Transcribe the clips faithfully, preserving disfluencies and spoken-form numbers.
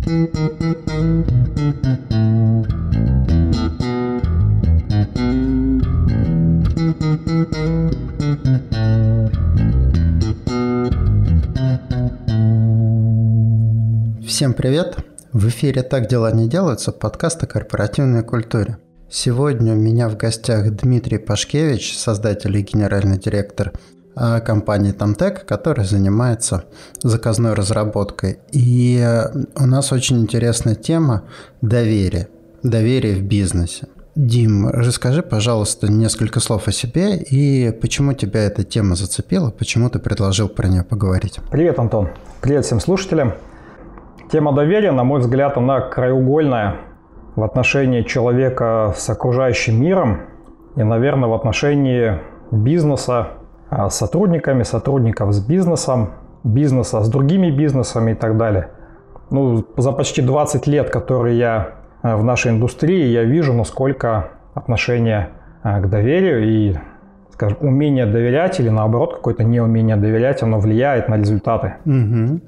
Всем привет! В эфире «Так дела не делаются», подкаст о корпоративной культуре. Сегодня у меня в гостях Дмитрий Пашкевич, создатель и генеральный директор компании Tamtec, который занимается заказной разработкой. И у нас очень интересная тема – доверие. Доверие в бизнесе. Дим, расскажи, пожалуйста, несколько слов о себе и почему тебя эта тема зацепила, почему ты предложил про нее поговорить. Привет, Антон. Привет всем слушателям. Тема доверия, на мой взгляд, она краеугольная в отношении человека с окружающим миром и, наверное, в отношении бизнеса с сотрудниками, сотрудников с бизнесом, бизнеса с другими бизнесами и так далее. Ну, за почти двадцать лет, которые я в нашей индустрии, я вижу, насколько отношение к доверию и, скажем, умение доверять или, наоборот, какое-то неумение доверять, оно влияет на результаты. Угу.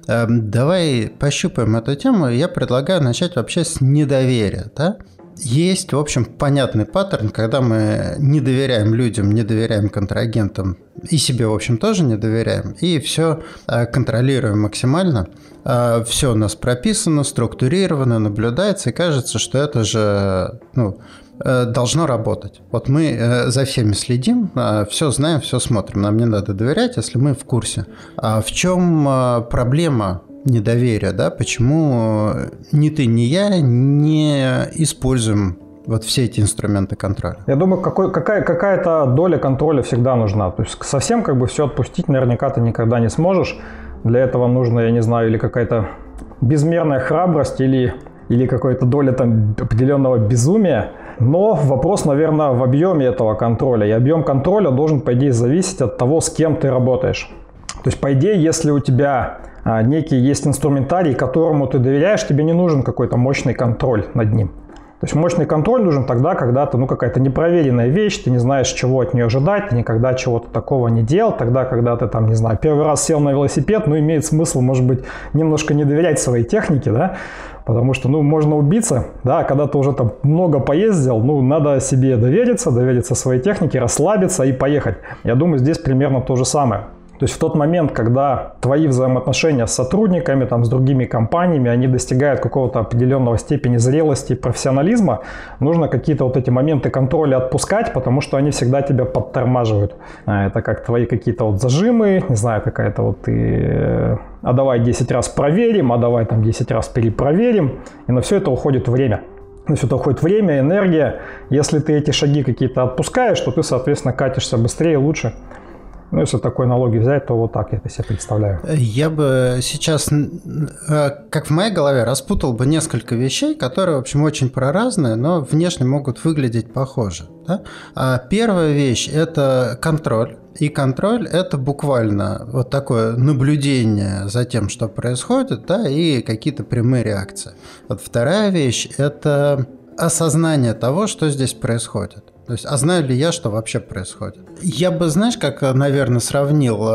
Давай пощупаем эту тему. Я предлагаю начать вообще с недоверия, да? Есть, в общем, понятный паттерн, когда мы не доверяем людям, не доверяем контрагентам и себе, в общем, тоже не доверяем, и все контролируем максимально. Все у нас прописано, структурировано, наблюдается, и кажется, что это же, ну, должно работать. Вот мы за всеми следим, все знаем, все смотрим. Нам не надо доверять, если мы в курсе. А в чем проблема недоверия, да? Почему ни ты, ни я не используем вот все эти инструменты контроля? Я думаю, какой, какая, какая-то доля контроля всегда нужна. То есть совсем как бы все отпустить наверняка ты никогда не сможешь. Для этого нужно, я не знаю, или какая-то безмерная храбрость, или, или какая-то доля там определенного безумия. Но вопрос, наверное, в объеме этого контроля. И объем контроля должен, по идее, зависеть от того, с кем ты работаешь. То есть, по идее, если у тебя а, некий есть инструментарий, которому ты доверяешь, тебе не нужен какой-то мощный контроль над ним. То есть, мощный контроль нужен тогда, когда ты, ну, какая-то непроверенная вещь, ты не знаешь, чего от нее ожидать, ты никогда чего-то такого не делал. Тогда, когда ты, там, не знаю, первый раз сел на велосипед, ну, имеет смысл, может быть, немножко не доверять своей технике, да, потому что, ну, можно убиться, да, когда ты уже там много поездил, ну, надо себе довериться, довериться своей технике, расслабиться и поехать. Я думаю, здесь примерно то же самое. То есть в тот момент, когда твои взаимоотношения с сотрудниками, там, с другими компаниями, они достигают какого-то определенного степени зрелости и профессионализма, нужно какие-то вот эти моменты контроля отпускать, потому что они всегда тебя подтормаживают. Это как твои какие-то вот зажимы, не знаю, какая-то вот ты... А давай десять раз проверим, а давай там десять раз перепроверим. И на все это уходит время. На все это уходит время, энергия. Если ты эти шаги какие-то отпускаешь, то ты, соответственно, катишься быстрее, лучше. Ну, если такой аналогии взять, то вот так я это себе представляю. Я бы сейчас, как в моей голове, распутал бы несколько вещей, которые, в общем, очень проразные, но внешне могут выглядеть похоже. Да? Первая вещь – это контроль. И контроль – это буквально вот такое наблюдение за тем, что происходит, да, и какие-то прямые реакции. Вот вторая вещь – это осознание того, что здесь происходит. То есть, а знаю ли я, что вообще происходит? Я бы, знаешь, как, наверное, сравнил,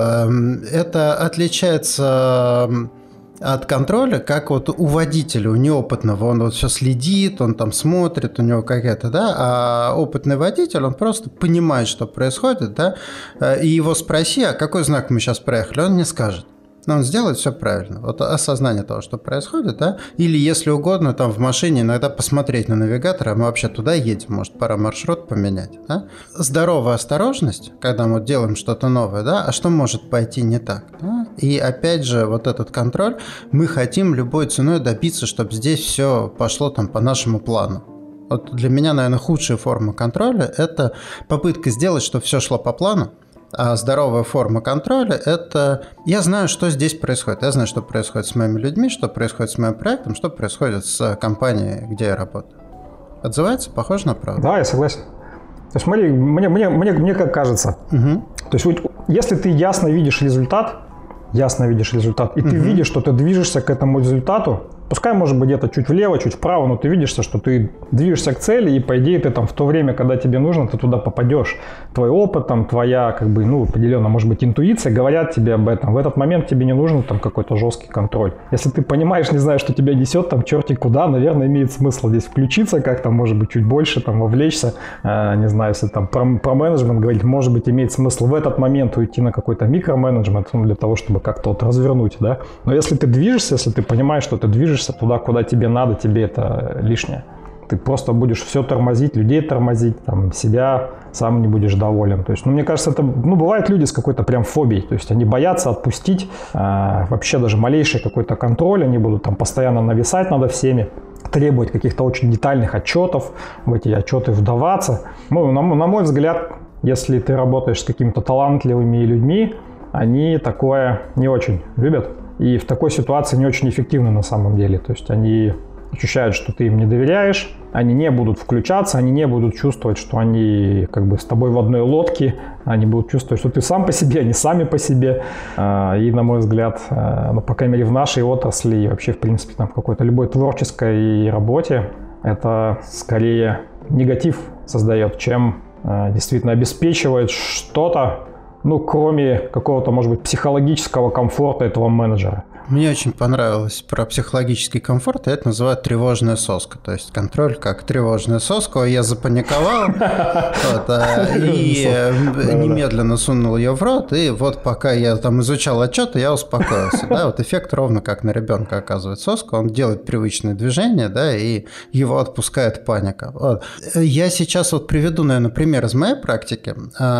это отличается от контроля, как вот у водителя, у неопытного, он вот все следит, он там смотрит, у него какая-то, да, а опытный водитель, он просто понимает, что происходит, да, и его спроси, а какой знак мы сейчас проехали, он не скажет. Но он сделает все правильно. Вот осознание того, что происходит, да? Или, если угодно, там в машине иногда посмотреть на навигатор, а мы вообще туда едем, может, пора маршрут поменять, да? Здоровая осторожность, когда мы делаем что-то новое, да? А что может пойти не так, да? И опять же, вот этот контроль, мы хотим любой ценой добиться, чтобы здесь все пошло там по нашему плану. Вот для меня, наверное, худшая форма контроля – это попытка сделать, чтобы все шло по плану. А здоровая форма контроля – это я знаю, что здесь происходит. Я знаю, что происходит с моими людьми, что происходит с моим проектом, что происходит с компанией, где я работаю. Отзывается? Похоже на правду? Да, я согласен. То есть, смотри, мне, мне, мне, мне как кажется. Угу. То есть, если ты ясно видишь результат, ясно видишь результат, и угу. ты видишь, что ты движешься к этому результату, Пускай, может быть, где-то чуть влево, чуть вправо, но ты видишь, что ты движешься к цели, и, по идее, ты там в то время, когда тебе нужно, ты туда попадешь. Твой опыт, там, твоя, как бы, ну, определенно, может быть, интуиция говорят тебе об этом. В этот момент тебе не нужен там какой-то жесткий контроль. Если ты понимаешь, не знаю, что тебя несет, там, черти куда, наверное, имеет смысл здесь включиться как-то, может быть, чуть больше, там, вовлечься. Э, не знаю, если там про, про менеджмент говорить, может быть, имеет смысл в этот момент уйти на какой-то микроменеджмент, ну, для того, чтобы как-то вот развернуть, да. Но если ты движешься, если ты понимаешь, что ты движешься туда, куда тебе надо, тебе это лишнее. Ты просто будешь все тормозить, людей тормозить, там, себя сам не будешь доволен. То есть, ну, мне кажется, это, ну, бывают люди с какой-то прям фобией, то есть они боятся отпустить э, вообще даже малейший какой-то контроль, они будут там постоянно нависать над всеми, требовать каких-то очень детальных отчетов, в эти отчеты вдаваться. Ну, на, на мой взгляд, если ты работаешь с какими-то талантливыми людьми, они такое не очень любят. И в такой ситуации не очень эффективны на самом деле. То есть они ощущают, что ты им не доверяешь, они не будут включаться, они не будут чувствовать, что они как бы с тобой в одной лодке, они будут чувствовать, что ты сам по себе, они сами по себе. И, на мой взгляд, ну, по крайней мере, в нашей отрасли и вообще, в принципе, там, в какой-то любой творческой работе, это скорее негатив создает, чем действительно обеспечивает что-то, ну, кроме какого-то, может быть, психологического комфорта этого менеджера. Мне очень понравилось про психологический комфорт, и это называют тревожная соска. То есть контроль как тревожная соска. Я запаниковал и немедленно сунул ее в рот, и вот пока я там изучал отчеты, я успокоился. Вот эффект ровно как на ребенка оказывает соску. Он делает привычное движение, да, и его отпускает паника. Вот. Я сейчас вот приведу, наверное, пример из моей практики.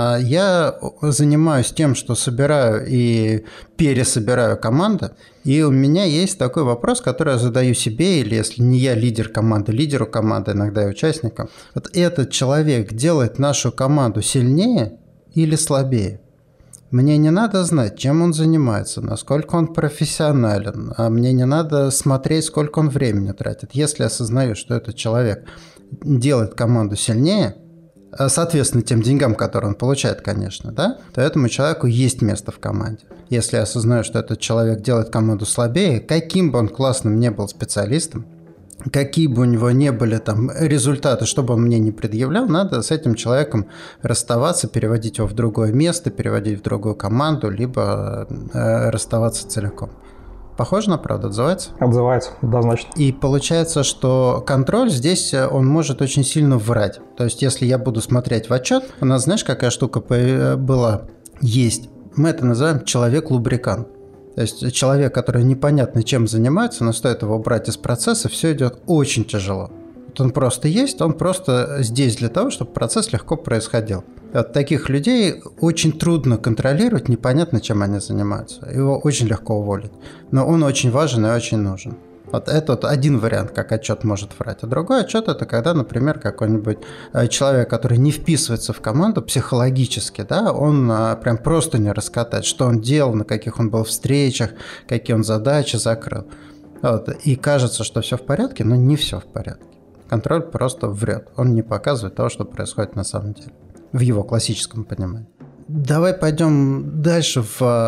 Я занимаюсь тем, что собираю и пересобираю команды. И у меня есть такой вопрос, который я задаю себе, или если не я лидер команды, лидеру команды, иногда и участникам. Вот этот человек делает нашу команду сильнее или слабее? Мне не надо знать, чем он занимается, насколько он профессионален, а мне не надо смотреть, сколько он времени тратит. Если я осознаю, что этот человек делает команду сильнее, соответственно, тем деньгам, которые он получает, конечно, да, то этому человеку есть место в команде. Если я осознаю, что этот человек делает команду слабее, каким бы он классным не был специалистом, какие бы у него не были там результаты, чтобы он мне не предъявлял, надо с этим человеком расставаться, переводить его в другое место, переводить в другую команду, либо э, расставаться целиком. Похоже на правду? Отзывается? Отзывается, однозначно. И получается, что контроль здесь, он может очень сильно врать. То есть, если я буду смотреть в отчет, у нас, знаешь, какая штука была? Есть. Мы это называем человек-лубрикант. То есть, человек, который непонятно чем занимается, но стоит его убрать из процесса, все идет очень тяжело. Вот он просто есть, он просто здесь для того, чтобы процесс легко происходил. От таких людей очень трудно контролировать, непонятно, чем они занимаются. Его очень легко уволить. Но он очень важен и очень нужен. Вот это вот один вариант, как отчет может врать. А другой отчет – это когда, например, какой-нибудь человек, который не вписывается в команду психологически, да, он прям просто не раскатать, что он делал, на каких он был встречах, какие он задачи закрыл. Вот. И кажется, что все в порядке, но не все в порядке. Контроль просто врет. Он не показывает того, что происходит на самом деле. В его классическом понимании. Давай пойдем дальше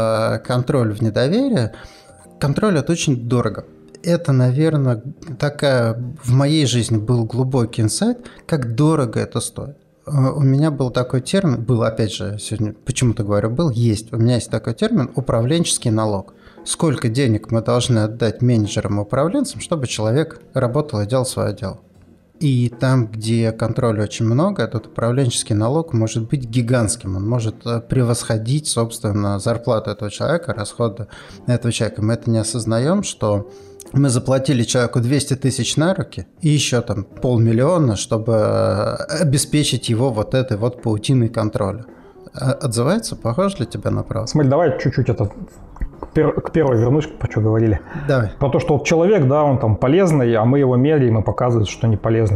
в контроль в недоверие. Контроль – это очень дорого. Это, наверное, такая в моей жизни был глубокий инсайт, как дорого это стоит. У меня был такой термин, был, опять же, сегодня почему-то говорю, был, есть. У меня есть такой термин – управленческий налог. Сколько денег мы должны отдать менеджерам и управленцам, чтобы человек работал и делал свое дело. И там, где контроля очень много, этот управленческий налог может быть гигантским. Он может превосходить, собственно, зарплату этого человека, расходы этого человека. Мы это не осознаем, что мы заплатили человеку двести тысяч на руки и еще там полмиллиона, чтобы обеспечить его вот этой вот паутиной контроля. Отзывается? Похоже для тебя на правду? Смотри, давай чуть-чуть это... К первой вернусь, про что говорили. Давай. Про то, что вот человек, да, он там полезный, а мы его меряем и показывают, что не полезный.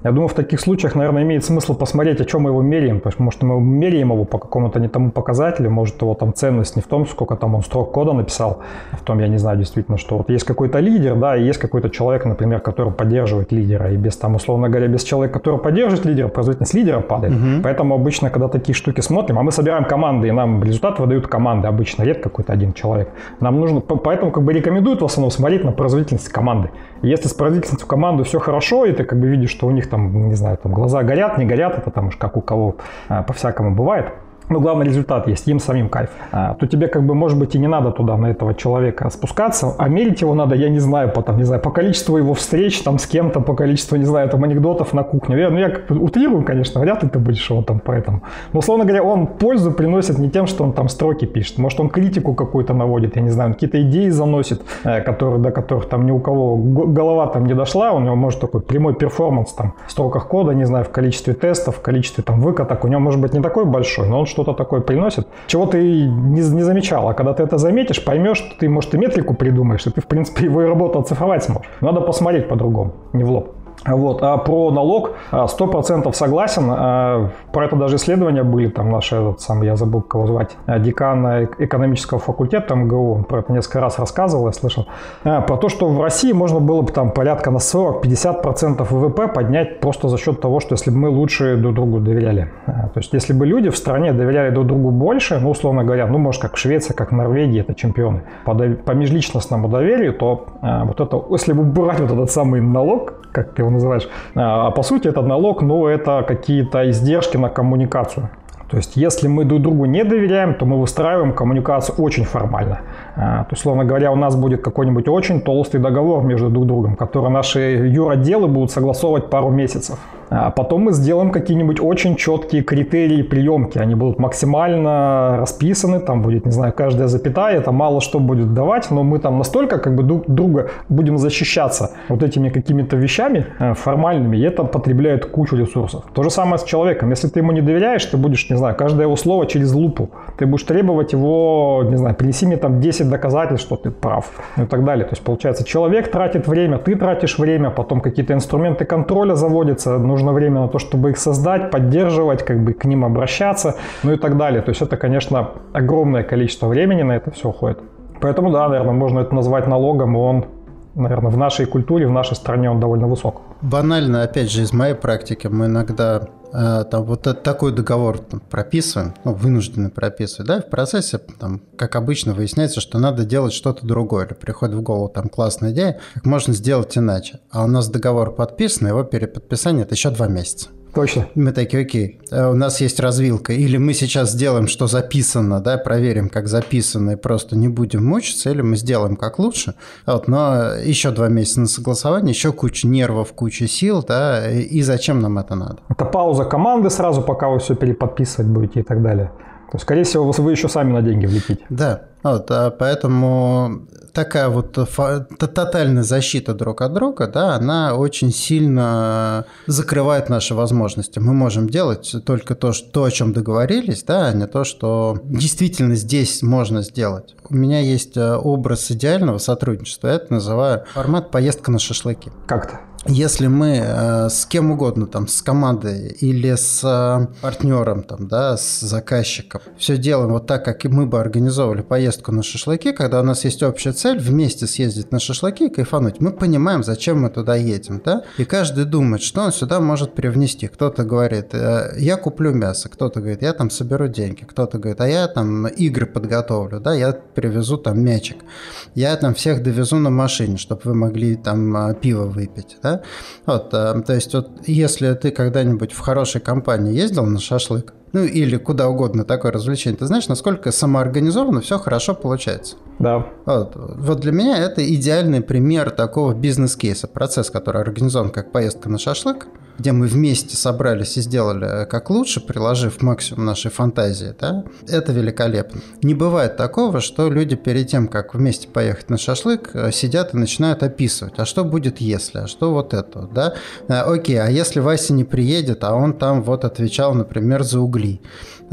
Я думаю, в таких случаях, наверное, имеет смысл посмотреть, о чем мы его меряем. Потому что, может, мы меряем его по какому-то не тому показателю, может, его там ценность не в том, сколько там он строк кода написал, а в том, я не знаю, действительно, что вот есть какой-то лидер, да, и есть какой-то человек, например, который поддерживает лидера. И без там, условно говоря, без человека, который поддерживает лидера, производительность лидера падает. Угу. Поэтому обычно, когда такие штуки смотрим, а мы собираем команды, и нам результат выдают команды, обычно редко какой-то один человек. Нам нужно, поэтому как бы рекомендуют в основном смотреть на производительность команды. И если с производительностью команды все хорошо, и ты как бы видишь, что у них там, не знаю, там глаза горят, не горят, это там уж как у кого по-всякому бывает. Но главный результат есть, им самим кайф. А, то тебе как бы, может быть, и не надо туда на этого человека спускаться, а мерить его надо, я не знаю, по, там, не знаю, по количеству его встреч там с кем-то, по количеству, не знаю, там анекдотов на кухне. Я, ну, я как бы утрирую, конечно, вряд ли ты будешь его там поэтому. Но, условно говоря, он пользу приносит не тем, что он там строки пишет. Может, он критику какую-то наводит, я не знаю, какие-то идеи заносит, которые, до которых там ни у кого голова там не дошла, у него может такой прямой перформанс там в строках кода, не знаю, в количестве тестов, в количестве там выкаток. У него может быть не такой большой, но он что что-то такое приносит, чего ты не, не замечал. А когда ты это заметишь, поймешь, что ты, может, и метрику придумаешь, и ты, в принципе, его и работу оцифровать сможешь. Надо посмотреть по-другому, не в лоб. Вот. А про налог сто процентов согласен. Про это даже исследования были. Там наш, этот самый, я забыл, кого звать, декан экономического факультета МГУ, он про это несколько раз рассказывал, я слышал. Про то, что в России можно было бы там порядка на сорок-пятьдесят процентов ВВП поднять просто за счет того, что если бы мы лучше друг другу доверяли. То есть если бы люди в стране доверяли друг другу больше, ну, условно говоря, ну, может, как в Швеции, как в Норвегии, это чемпионы, по, дов... по межличностному доверию, то вот это, если бы убрать вот этот самый налог, как ты его называешь, а по сути этот налог, ну, это какие-то издержки на коммуникацию. То есть, если мы друг другу не доверяем, то мы выстраиваем коммуникацию очень формально. То есть, условно говоря, у нас будет какой-нибудь очень толстый договор между друг другом, который наши юротделы будут согласовывать пару месяцев. А потом мы сделаем какие-нибудь очень четкие критерии приемки. Они будут максимально расписаны, там будет, не знаю, каждая запятая, это мало что будет давать, но мы там настолько как бы друг друга будем защищаться вот этими какими-то вещами формальными, и это потребляет кучу ресурсов. То же самое с человеком. Если ты ему не доверяешь, ты будешь, не знаю, каждое его слово через лупу. Ты будешь требовать его, не знаю, принеси мне там десять доказательств, что ты прав, и так далее. То есть, получается, человек тратит время, ты тратишь время, потом какие-то инструменты контроля заводятся, нужно время на то, чтобы их создать, поддерживать, как бы к ним обращаться, ну и так далее. То есть это, конечно, огромное количество времени на это все уходит. Поэтому, да, наверное, можно это назвать налогом, и он, наверное, в нашей культуре, в нашей стране он довольно высок. Банально, опять же, из моей практики, мы иногда э, там, вот этот, такой договор там, прописываем, ну, вынуждены прописывать, да, в процессе, там, как обычно, выясняется, что надо делать что-то другое, или приходит в голову там классная идея, как можно сделать иначе. А у нас договор подписан, его переподписание – это еще два месяца. Точно. Мы такие, окей, у нас есть развилка. Или мы сейчас сделаем, что записано, да, проверим, как записано, и просто не будем мучиться, или мы сделаем как лучше. Вот, но еще два месяца на согласование, еще куча нервов, куча сил, да, и зачем нам это надо? Это пауза команды сразу, пока вы все переподписывать будете и так далее. То есть, скорее всего, вы еще сами на деньги влетите. Да, вот, а поэтому такая вот тотальная защита друг от друга, да, она очень сильно закрывает наши возможности. Мы можем делать только то, что, то, о чем договорились, да, а не то, что действительно здесь можно сделать. У меня есть образ идеального сотрудничества, я это называю формат поездка на шашлыки. Как-то. Если мы э, с кем угодно, там, с командой или с э, партнером, там, да, с заказчиком, все делаем вот так, как и мы бы организовывали поездку на шашлыки, когда у нас есть общая цель вместе съездить на шашлыки и кайфануть. Мы понимаем, зачем мы туда едем, да, и каждый думает, что он сюда может привнести. Кто-то говорит, э, я куплю мясо, кто-то говорит, я там соберу деньги, кто-то говорит, а я там игры подготовлю, да, я привезу там мячик, я там всех довезу на машине, чтобы вы могли там пиво выпить, да. Вот, то есть, вот, если ты когда-нибудь в хорошей компании ездил на шашлык, ну или куда угодно такое развлечение, ты знаешь, насколько самоорганизованно все хорошо получается. Да. Вот, вот для меня это идеальный пример такого бизнес-кейса. Процесс, который организован как поездка на шашлык, где мы вместе собрались и сделали как лучше, приложив максимум нашей фантазии, да, это великолепно. Не бывает такого, что люди перед тем, как вместе поехать на шашлык, сидят и начинают описывать, а что будет если, а что вот это, да, а, окей, а если Вася не приедет, а он там вот отвечал, например, за угли,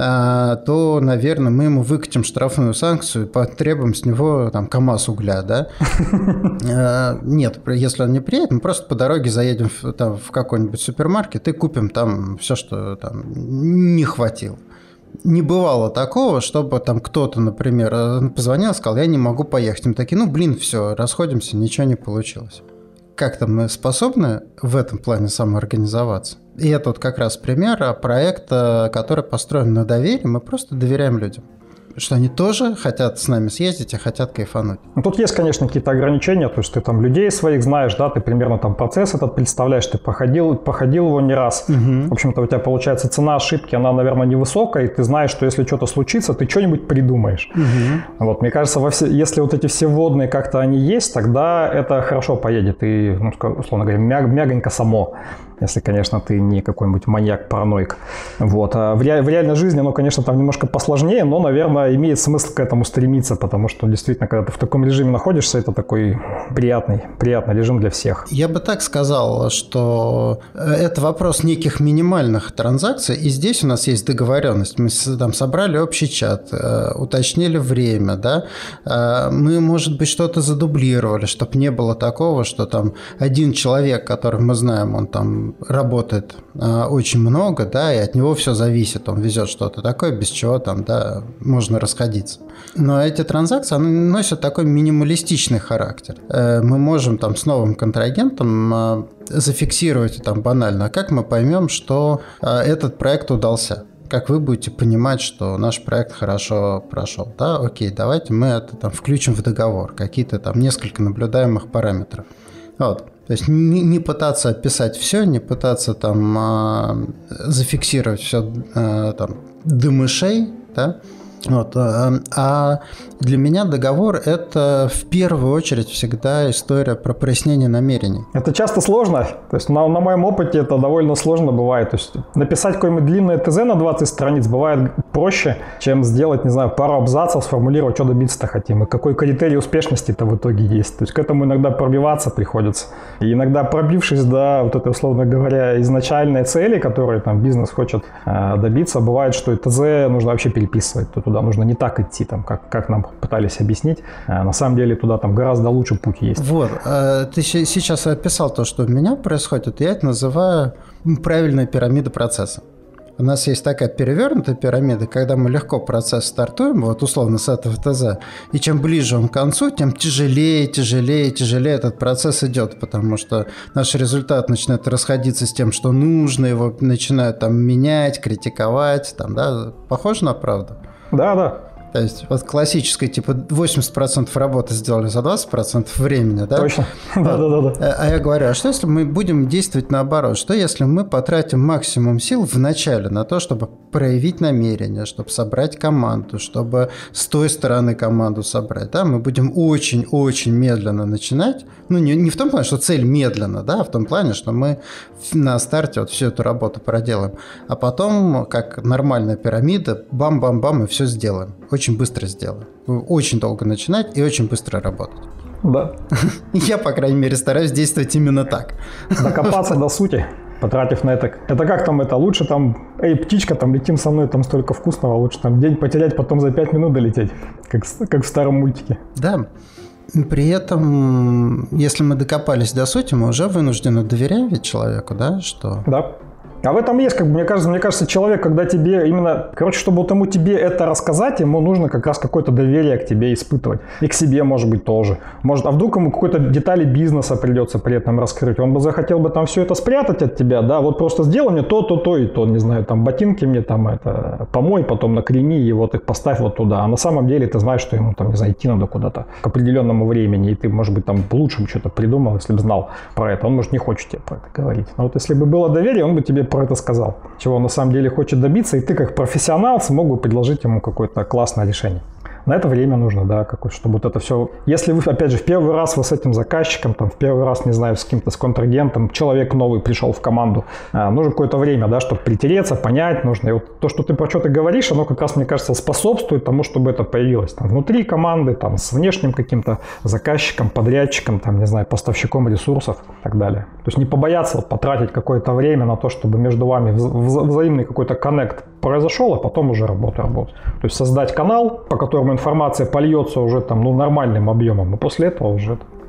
а, то, наверное, мы ему выкатим штрафную санкцию и потребуем с него там КамАЗ угля, да. Нет, если он не приедет, мы просто по дороге заедем в какой-нибудь супермаркет и купим там все, что там не хватило. Не бывало такого, чтобы там кто-то, например, позвонил, сказал, я не могу поехать. Им такие, ну, блин, все, расходимся, ничего не получилось. Как-то мы способны в этом плане самоорганизоваться. И это вот как раз пример проекта, который построен на доверии. Мы просто доверяем людям, что они тоже хотят с нами съездить и хотят кайфануть. Ну, тут есть, конечно, какие-то ограничения, то есть ты там людей своих знаешь, да, ты примерно там процесс этот представляешь, ты проходил, проходил его не раз. Угу. В общем-то, у тебя получается цена ошибки, она, наверное, невысокая, и ты знаешь, что если что-то случится, ты что-нибудь придумаешь. Угу. Вот, мне кажется, во все, если вот эти все вводные как-то они есть, тогда это хорошо поедет и, ну, условно говоря, мяг, мягонько само. Если, конечно, ты не какой-нибудь маньяк-параноик. Вот. А в, ре... в реальной жизни оно, конечно, там немножко посложнее, но, наверное, имеет смысл к этому стремиться, потому что действительно, когда ты в таком режиме находишься, это такой приятный, приятный режим для всех. Я бы так сказал, что это вопрос неких минимальных транзакций, и здесь у нас есть договоренность. Мы там собрали общий чат, уточнили время, да, мы, может быть, что-то задублировали, чтобы не было такого, что там один человек, который мы знаем, он там работает э, очень много, да, и от него все зависит, он везет что-то такое, без чего там, да, можно расходиться. Но эти транзакции, они носят такой минималистичный характер. Э, мы можем там с новым контрагентом э, зафиксировать там банально, а как мы поймем, что э, этот проект удался? Как вы будете понимать, что наш проект хорошо прошел? Да, окей, давайте мы это там включим в договор, какие-то там несколько наблюдаемых параметров. Вот. То есть не, не пытаться описать все, не пытаться там а, зафиксировать все а, там до мышей, да? Вот, а, а для меня договор – это в первую очередь всегда история про прояснение намерений. Это часто сложно. То есть на, на моем опыте это довольно сложно бывает. То есть написать какое-нибудь длинное ТЗ на двадцать страниц бывает проще, чем сделать, не знаю, пару абзацев, сформулировать, что добиться-то хотим, и какой критерий успешности-то в итоге есть. То есть к этому иногда пробиваться приходится. И иногда пробившись до вот этой, условно говоря, изначальной цели, которой там бизнес хочет э, добиться, бывает, что и ТЗ нужно вообще переписывать. То туда нужно не так идти, там, как, как нам пытались объяснить. А на самом деле туда там гораздо лучше путь есть. Вот. Ты сейчас описал то, что у меня происходит. Я это называю правильной пирамидой процесса. У нас есть такая перевернутая пирамида, когда мы легко процесс стартуем, вот условно с этого ТЗ, и чем ближе он к концу, тем тяжелее, тяжелее, тяжелее этот процесс идет, потому что наш результат начинает расходиться с тем, что нужно, его начинают там менять, критиковать, там, да, похоже на правду? Да, да. То есть вот классическое, типа восемьдесят процентов работы сделали за двадцать процентов времени, да? Точно. Да, да, да, да. А я говорю, а что если мы будем действовать наоборот? Что если мы потратим максимум сил в начале на то, чтобы проявить намерение, чтобы собрать команду, чтобы с той стороны команду собрать, да? Мы будем очень-очень медленно начинать. Ну, не, не в том плане, что цель медленно, да, а в том плане, что мы на старте вот всю эту работу проделаем. А потом, как нормальная пирамида, бам-бам-бам, и все сделаем. Очень быстро сделаем. Очень долго начинать и очень быстро работать. Да. Я, по крайней мере, стараюсь действовать именно так. Докопаться до сути, потратив на это. Это как там это? Лучше там, эй, птичка, там летим со мной, там столько вкусного. Лучше там день потерять, потом за пять минут долететь. Как, как в старом мультике. Да. При этом, если мы докопались до сути, мы уже вынуждены доверять ведь человеку, да, что... Да. А в этом есть, как бы, мне кажется, мне кажется, человек, когда тебе именно, короче, чтобы вот ему тебе это рассказать, ему нужно как раз какое-то доверие к тебе испытывать. И к себе, может быть, тоже. Может, а вдруг ему какой-то детали бизнеса придется при этом раскрыть. Он бы захотел бы там все это спрятать от тебя, да, вот просто сделай мне то, то, то и то, не знаю, там ботинки мне там это помой, потом наклени и вот их поставь вот туда. А на самом деле ты знаешь, что ему там, не знаю, идти надо куда-то к определенному времени, и ты, может быть, там лучше что-то придумал, если бы знал про это. Он, может, не хочет тебе про это говорить. Но вот если бы было доверие, он бы тебе про это сказал, чего он на самом деле хочет добиться, и ты как профессионал смог бы предложить ему какое-то классное решение. На это время нужно, да, какое, чтобы вот это все... Если вы, опять же, в первый раз вы с этим заказчиком, там, в первый раз, не знаю, с каким-то, с контрагентом, человек новый пришел в команду, а, нужно какое-то время, да, чтобы притереться, понять нужно. И вот то, что ты про что ты говоришь, оно как раз, мне кажется, способствует тому, чтобы это появилось там внутри команды, там, с внешним каким-то заказчиком, подрядчиком, там, не знаю, поставщиком ресурсов и так далее. То есть не побояться вот, потратить какое-то время на то, чтобы между вами вза- взаимный какой-то коннект произошел, а потом уже работа работать. То есть создать канал, по которому информация польется уже там, ну, нормальным объемом, и после этого уже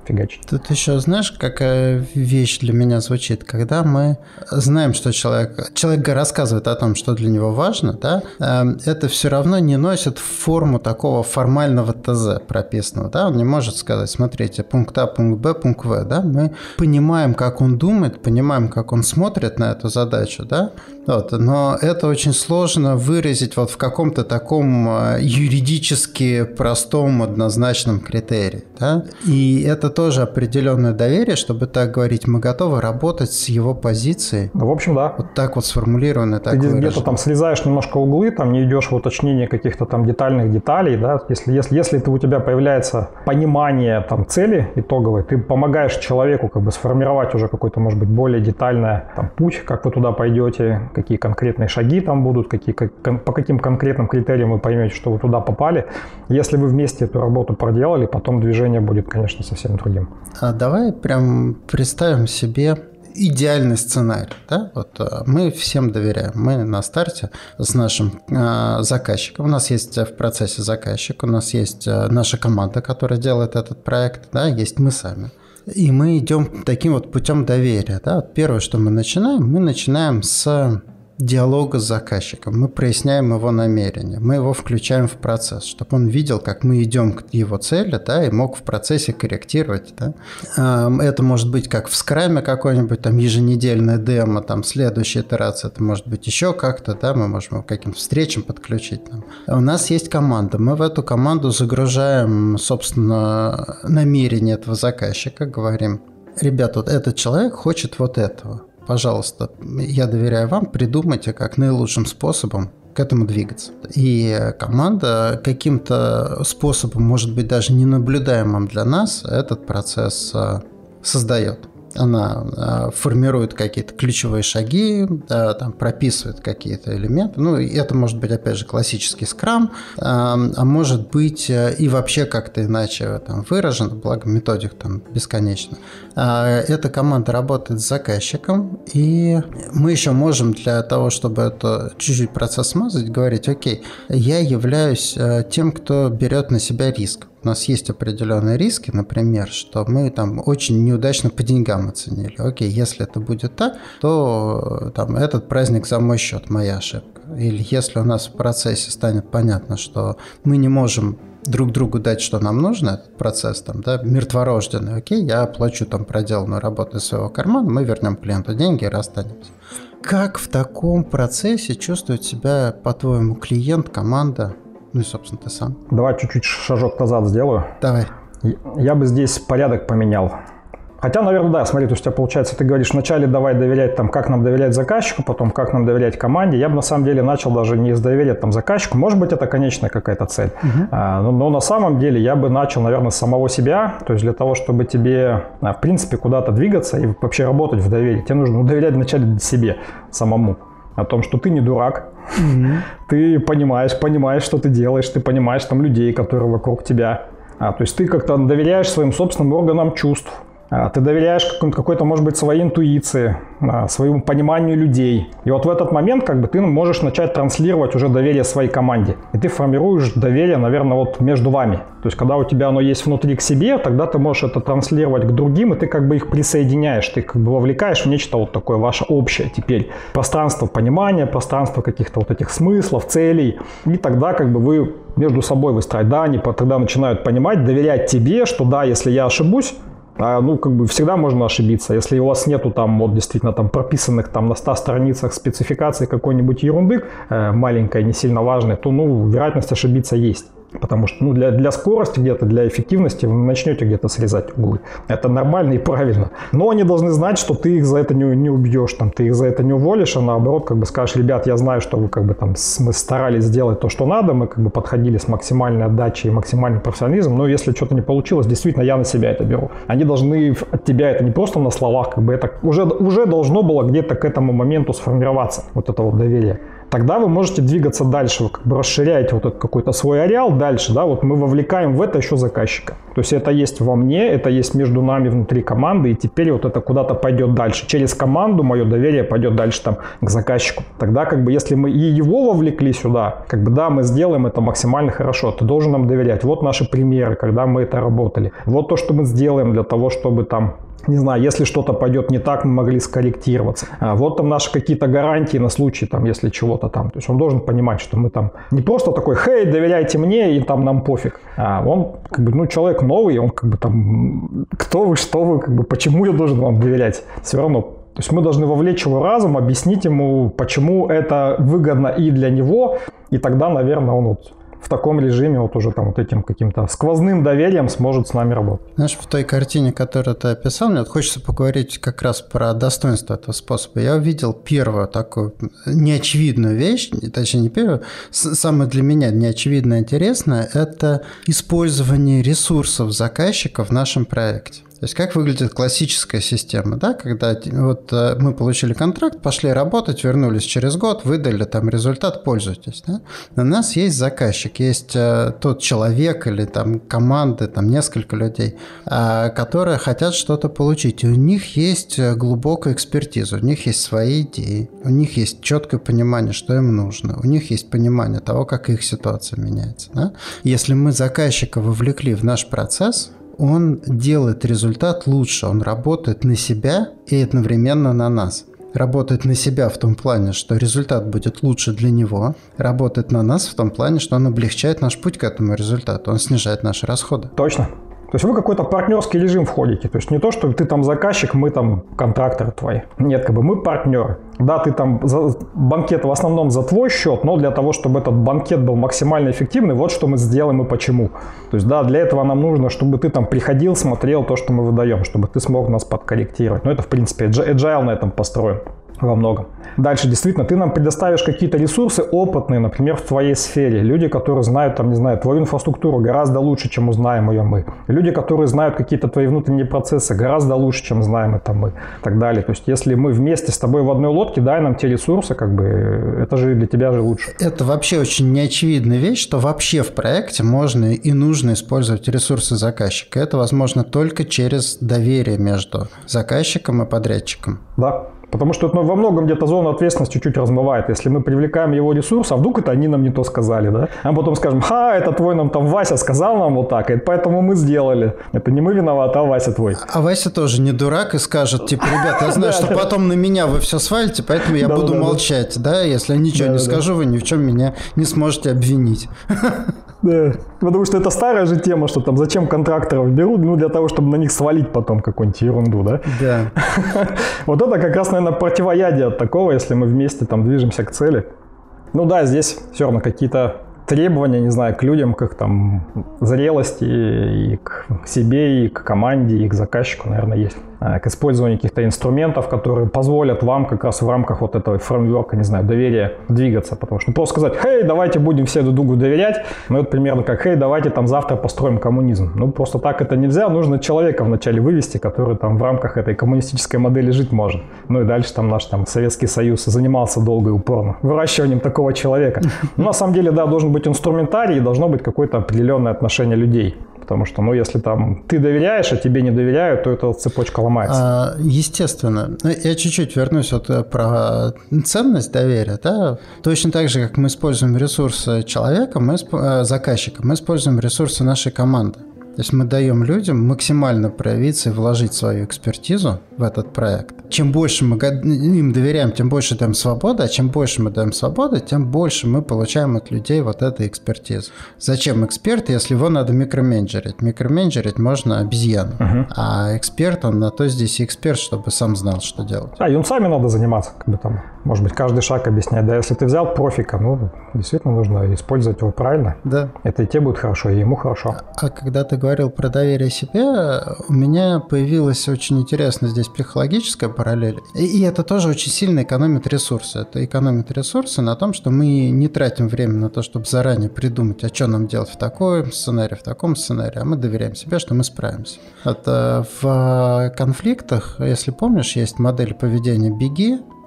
фигачить. Тут еще, знаешь, какая вещь для меня звучит, когда мы знаем, что человек, человек рассказывает о том, что для него важно, да, это все равно не носит форму такого формального ТЗ прописанного, да, он не может сказать, смотрите, пункт А, пункт Б, пункт В, да, мы понимаем, как он думает, понимаем, как он смотрит на эту задачу, да, вот, но это очень сложно выразить вот в каком-то таком юридически простом, однозначном критерии, да, и это тоже определенное доверие, чтобы так говорить, мы готовы работать с его позицией. Ну, в общем, да. Вот так вот сформулировано, так выражено. Ты где-то там срезаешь немножко углы, там не идешь в уточнение каких-то там детальных деталей, да, если, если, если ты, у тебя появляется понимание там цели итоговой, ты помогаешь человеку как бы сформировать уже какой-то, может быть, более детальный там путь, как вы туда пойдете, какие конкретные шаги там будут, какие, как, по каким конкретным критериям вы поймете, что вы туда попали. Если вы вместе эту работу проделали, потом движение будет, конечно, совсем другим. А давай прям представим себе идеальный сценарий. Да? Вот, мы всем доверяем. Мы на старте с нашим э, заказчиком. У нас есть в процессе заказчик, у нас есть э, наша команда, которая делает этот проект, да? Есть мы сами. И мы идем таким вот путем доверия. Да? Вот первое, что мы начинаем, мы начинаем с диалога с заказчиком. Мы проясняем его намерения, мы его включаем в процесс, чтобы он видел, как мы идем к его цели, да, и мог в процессе корректировать. Да. Это может быть как в скраме какой-нибудь там еженедельная демо, там следующая итерация, это может быть еще как-то, да, мы можем его к каким-то встречам подключить. Там. У нас есть команда, мы в эту команду загружаем, собственно, намерение этого заказчика, говорим, ребята, вот этот человек хочет вот этого. Пожалуйста, я доверяю вам, придумайте, как наилучшим способом к этому двигаться. И команда каким-то способом, может быть, даже ненаблюдаемым для нас, этот процесс создает. Она формирует какие-то ключевые шаги, да, там, прописывает какие-то элементы. Ну, это может быть, опять же, классический скрам, а, а может быть и вообще как-то иначе там выражено, благо методик там бесконечно. А, эта команда работает с заказчиком, и мы еще можем для того, чтобы это чуть-чуть процесс смазать, говорить, окей, я являюсь тем, кто берет на себя риск. У нас есть определенные риски, например, что мы там очень неудачно по деньгам оценили. Окей, если это будет так, то там, этот праздник за мой счет, моя ошибка. Или если у нас в процессе станет понятно, что мы не можем друг другу дать, что нам нужно, этот процесс там, да, мертворожденный, окей, я оплачу там проделанную работу из своего кармана, мы вернем клиенту деньги и расстанемся. Как в таком процессе чувствует себя, по-твоему, клиент, команда? Ну и, собственно, ты сам. Давай чуть-чуть шажок назад сделаю. Давай. Я бы здесь порядок поменял. Хотя, наверное, да, смотри, то есть у тебя получается, ты говоришь, вначале давай доверять, там, как нам доверять заказчику, потом как нам доверять команде. Я бы на самом деле начал даже не с доверия там, заказчику. Может быть, это конечная какая-то цель. Uh-huh. А, но, но на самом деле я бы начал, наверное, с самого себя. То есть для того, чтобы тебе, а, в принципе, куда-то двигаться и вообще работать в доверии, тебе нужно доверять вначале себе самому. О том, что ты не дурак, mm-hmm. ты понимаешь, понимаешь, что ты делаешь, ты понимаешь там людей, которые вокруг тебя. А, то есть ты как-то доверяешь своим собственным органам чувств. А, ты доверяешь какой-то, может быть, своей интуиции, а, своему пониманию людей. И вот в этот момент как бы ты можешь начать транслировать уже доверие своей команде. И ты формируешь доверие, наверное, вот между вами. То есть когда у тебя оно есть внутри к себе, тогда ты можешь это транслировать к другим, и ты как бы их присоединяешь, ты как бы вовлекаешь в нечто вот такое ваше общее теперь. Пространство понимания, пространство каких-то вот этих смыслов, целей. И тогда как бы вы между собой выстраиваете. Да, они тогда начинают понимать, доверять тебе, что да, если я ошибусь, А, ну, как бы всегда можно ошибиться. Если у вас нету там вот действительно там прописанных там на ста страницах спецификаций какой-нибудь ерунды э, маленькой, не сильно важной, то, ну, вероятность ошибиться есть. Потому что ну, для, для скорости где-то, для эффективности вы начнете где-то срезать углы. Это нормально и правильно. Но они должны знать, что ты их за это не, не убьешь, там, ты их за это не уволишь, а наоборот как бы скажешь, ребят, я знаю, что вы как бы там мы старались сделать то, что надо, мы как бы подходили с максимальной отдачей и максимальным профессионализмом, но если что-то не получилось, действительно я на себя это беру. Они должны от тебя это не просто на словах, как бы это уже, уже должно было где-то к этому моменту сформироваться, вот это вот доверие тогда вы можете двигаться дальше, вы как бы расширяете вот этот какой-то свой ареал дальше, да, вот мы вовлекаем в это еще заказчика. То есть это есть во мне, это есть между нами внутри команды, и теперь вот это куда-то пойдет дальше. Через команду мое доверие пойдет дальше там к заказчику. Тогда как бы если мы и его вовлекли сюда, как бы да, мы сделаем это максимально хорошо, ты должен нам доверять. Вот наши примеры, когда мы это работали. Вот то, что мы сделаем для того, чтобы там, не знаю, если что-то пойдет не так, мы могли скорректироваться. А вот там наши какие-то гарантии на случай, там, если чего-то там. То есть он должен понимать, что мы там не просто такой, хей, доверяйте мне, и там нам пофиг. А он, как бы, ну, человек новый, он как бы там, кто вы, что вы, как бы, почему я должен вам доверять? Все равно. То есть мы должны вовлечь его разум, объяснить ему, почему это выгодно и для него, и тогда, наверное, он вот в таком режиме вот уже там вот этим каким-то сквозным доверием сможет с нами работать. Знаешь, в той картине, которую ты описал, мне вот хочется поговорить как раз про достоинство этого способа. Я увидел первую такую неочевидную вещь, точнее не первую, самое для меня неочевидно интересное, это использование ресурсов заказчика в нашем проекте. То есть как выглядит классическая система, да, когда вот мы получили контракт, пошли работать, вернулись через год, выдали там результат, пользуйтесь, да? У нас есть заказчик, есть тот человек или там команды, там несколько людей, которые хотят что-то получить, и у них есть глубокая экспертиза, у них есть свои идеи, у них есть четкое понимание, что им нужно, у них есть понимание того, как их ситуация меняется, да? Если мы заказчика вовлекли в наш процесс, он делает результат лучше, он работает на себя и одновременно на нас. Работает на себя в том плане, что результат будет лучше для него, работает на нас в том плане, что он облегчает наш путь к этому результату, он снижает наши расходы. Точно. То есть вы какой-то партнерский режим входите. То есть не то, что ты там заказчик, мы там контракторы твои. Нет, как бы мы партнеры. Да, ты там за, банкет в основном за твой счет, но для того, чтобы этот банкет был максимально эффективный, вот что мы сделаем и почему. То есть да, для этого нам нужно, чтобы ты там приходил, смотрел то, что мы выдаем, чтобы ты смог нас подкорректировать. Но это, в принципе, agile на этом построен. Во многом. Дальше, действительно, ты нам предоставишь какие-то ресурсы опытные, например, в твоей сфере. Люди, которые знают, там, не знаю, твою инфраструктуру гораздо лучше, чем узнаем ее мы. Люди, которые знают какие-то твои внутренние процессы гораздо лучше, чем знаем это мы. И так далее. То есть, если мы вместе с тобой в одной лодке, дай нам те ресурсы, как бы, это же для тебя же лучше. Это вообще очень неочевидная вещь, что вообще в проекте можно и нужно использовать ресурсы заказчика. Это возможно только через доверие между заказчиком и подрядчиком. Да. Потому что ну, во многом где-то зону ответственности чуть-чуть размывает. Если мы привлекаем его ресурс, а вдруг это они нам не то сказали, да? А потом скажем, ха, это твой нам там Вася сказал нам вот так, и поэтому мы сделали. Это не мы виноваты, а Вася твой. А Вася тоже не дурак и скажет, типа, ребята, я знаю, что потом на меня вы все свалите, поэтому я буду молчать, да? Если я ничего не скажу, вы ни в чем меня не сможете обвинить. Да, потому что это старая же тема, что там зачем контракторов берут, ну для того, чтобы на них свалить потом какую-нибудь ерунду, да? Да. Вот это как раз, наверное, противоядие от такого, если мы вместе там движемся к цели. Ну да, здесь все равно какие-то требования, не знаю, к людям, к их там зрелости и к себе, и к команде, и к заказчику, наверное, есть. К использованию каких-то инструментов, которые позволят вам как раз в рамках вот этого фреймворка, не знаю, доверия двигаться. Потому что просто сказать, хей, давайте будем все друг другу доверять, ну это примерно как, хей, давайте там завтра построим коммунизм. Ну просто так это нельзя, нужно человека вначале вывести, который там в рамках этой коммунистической модели жить может. Ну и дальше там наш там Советский Союз занимался долго и упорно выращиванием такого человека. Но на самом деле, да, должен быть инструментарий и должно быть какое-то определенное отношение людей. Потому что, ну, если там ты доверяешь, а тебе не доверяют, то эта цепочка ломается. Естественно. Я чуть-чуть вернусь вот про ценность доверия. Да? Точно так же, как мы используем ресурсы человека, мы, заказчика, мы используем ресурсы нашей команды. То есть мы даем людям максимально проявиться и вложить свою экспертизу в этот проект. Чем больше мы им доверяем, тем больше даем свободы, а чем больше мы даем свободы, тем больше мы получаем от людей вот этой экспертизы. Зачем эксперт, если его надо микроменеджерить? Микроменеджерить можно обезьяну, uh-huh. а эксперт, он на то здесь и эксперт, чтобы сам знал, что делать. А, и он сами надо заниматься, как бы там, может быть, каждый шаг объяснять. Да, если ты взял профика, ну, действительно нужно использовать его правильно. Да. Это и тебе будет хорошо, и ему хорошо. А, а когда ты говорил про доверие себе, у меня появилась очень интересная здесь психологическая параллель. И, и это тоже очень сильно экономит ресурсы. Это экономит ресурсы на том, что мы не тратим время на то, чтобы заранее придумать, а что нам делать в таком сценарии, в таком сценарии, а мы доверяем себе, что мы справимся. Вот, в конфликтах, если помнишь, есть модель поведения «беги»,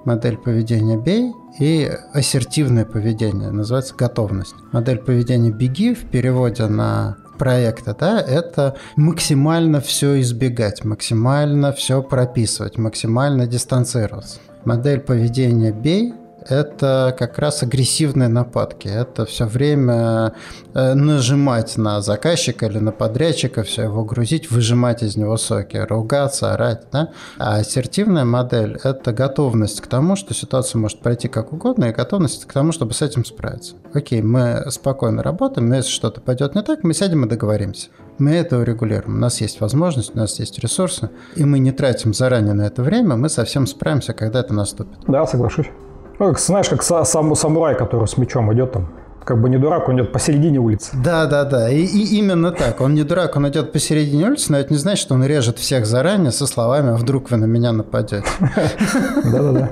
модель поведения «бей» и ассертивное поведение, называется готовность. Модель поведения «беги» в переводе на проекта, да, это максимально все избегать, максимально все прописывать, максимально дистанцироваться. Модель поведения «бей» — это как раз агрессивные нападки. Это все время нажимать на заказчика или на подрядчика, все его грузить, выжимать из него соки, ругаться, орать. Да? А ассертивная модель — это готовность к тому, что ситуация может пройти как угодно, и готовность к тому, чтобы с этим справиться. Окей, мы спокойно работаем, но если что-то пойдет не так, мы сядем и договоримся. Мы это урегулируем. У нас есть возможность, у нас есть ресурсы, и мы не тратим заранее на это время, мы совсем справимся, когда это наступит. Да, соглашусь. Ну, как, знаешь, как сам самурай, который с мечом идет там, как бы не дурак, он идет посередине улицы. Да, да, да. И, и именно так. Он не дурак, он идет посередине улицы, но это не значит, что он режет всех заранее со словами «а вдруг вы на меня нападете». Да-да-да.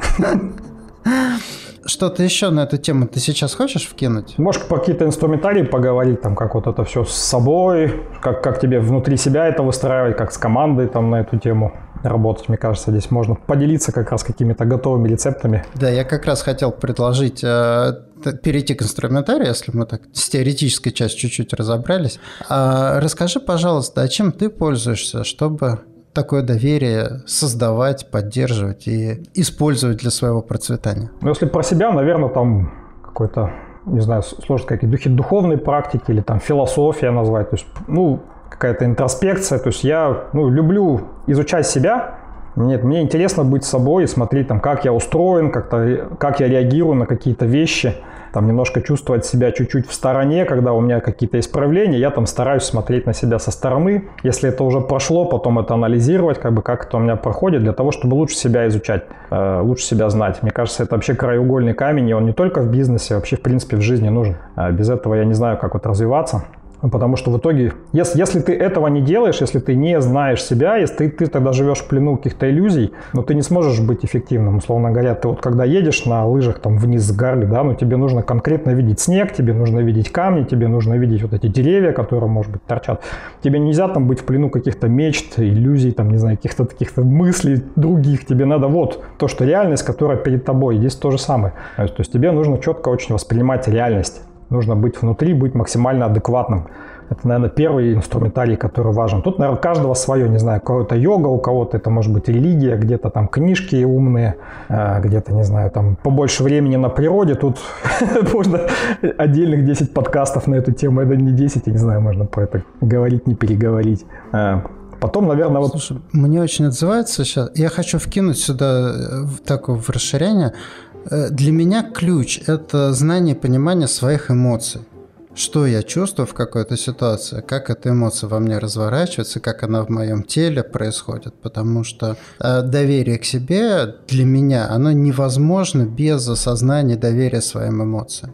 Что-то еще на эту тему ты сейчас хочешь вкинуть? Можешь по какие-то инструментарии поговорить, там, как вот это все с собой, как, как тебе внутри себя это выстраивать, как с командой там на эту тему работать. Мне кажется, здесь можно поделиться как раз какими-то готовыми рецептами. Да, я как раз хотел предложить э, перейти к инструментарию, если мы так с теоретической частью чуть-чуть разобрались. А, расскажи, пожалуйста, а чем ты пользуешься, чтобы такое доверие создавать, поддерживать и использовать для своего процветания? Ну, если про себя, наверное, там какой-то, не знаю, сложно сказать, духи духовной практики или там философия назвать. То есть, ну, какая-то интроспекция. То есть я ну, люблю изучать себя. Нет, мне интересно быть собой и смотреть, там, как я устроен, как-то, как я реагирую на какие-то вещи. Там, немножко чувствовать себя чуть-чуть в стороне, когда у меня какие-то есть проявления. Я там стараюсь смотреть на себя со стороны. Если это уже прошло, потом это анализировать, как бы, как это у меня проходит, для того, чтобы лучше себя изучать, э, лучше себя знать. Мне кажется, это вообще краеугольный камень, и он не только в бизнесе, вообще, в принципе, в жизни нужен. А без этого я не знаю, как вот развиваться. Потому что в итоге, если, если ты этого не делаешь, если ты не знаешь себя, если ты, ты тогда живешь в плену каких-то иллюзий, но ты не сможешь быть эффективным. Условно говоря, ты вот когда едешь на лыжах там вниз с горы, да, ну тебе нужно конкретно видеть снег, тебе нужно видеть камни, тебе нужно видеть вот эти деревья, которые, может быть, торчат. Тебе нельзя там быть в плену каких-то мечт, иллюзий, там, не знаю, каких-то таких мыслей других. Тебе надо вот то, что реальность, которая перед тобой. Здесь то же самое. То есть, то есть тебе нужно четко очень воспринимать реальность. Нужно быть внутри, быть максимально адекватным. Это, наверное, первый инструментарий, который важен. Тут, наверное, у каждого свое, не знаю, у кого-то йога, у кого-то это может быть религия, где-то там книжки умные, где-то, не знаю, там побольше времени на природе. Тут можно отдельных десять подкастов на эту тему, это не десять, я не знаю, можно про это говорить, не переговорить. Потом, наверное, вот... Слушай, мне очень отзывается сейчас. Я хочу вкинуть сюда такое в расширение. Для меня ключ – это знание и понимание своих эмоций. Что я чувствую в какой-то ситуации, как эта эмоция во мне разворачивается, как она в моем теле происходит. Потому что доверие к себе для меня, оно невозможно без осознания доверия своим эмоциям.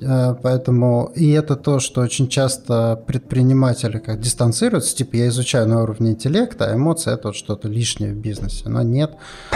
Поэтому, и это то, что очень часто предприниматели как дистанцируются, типа я изучаю на уровне интеллекта, а эмоции это вот что-то лишнее в бизнесе, но нет.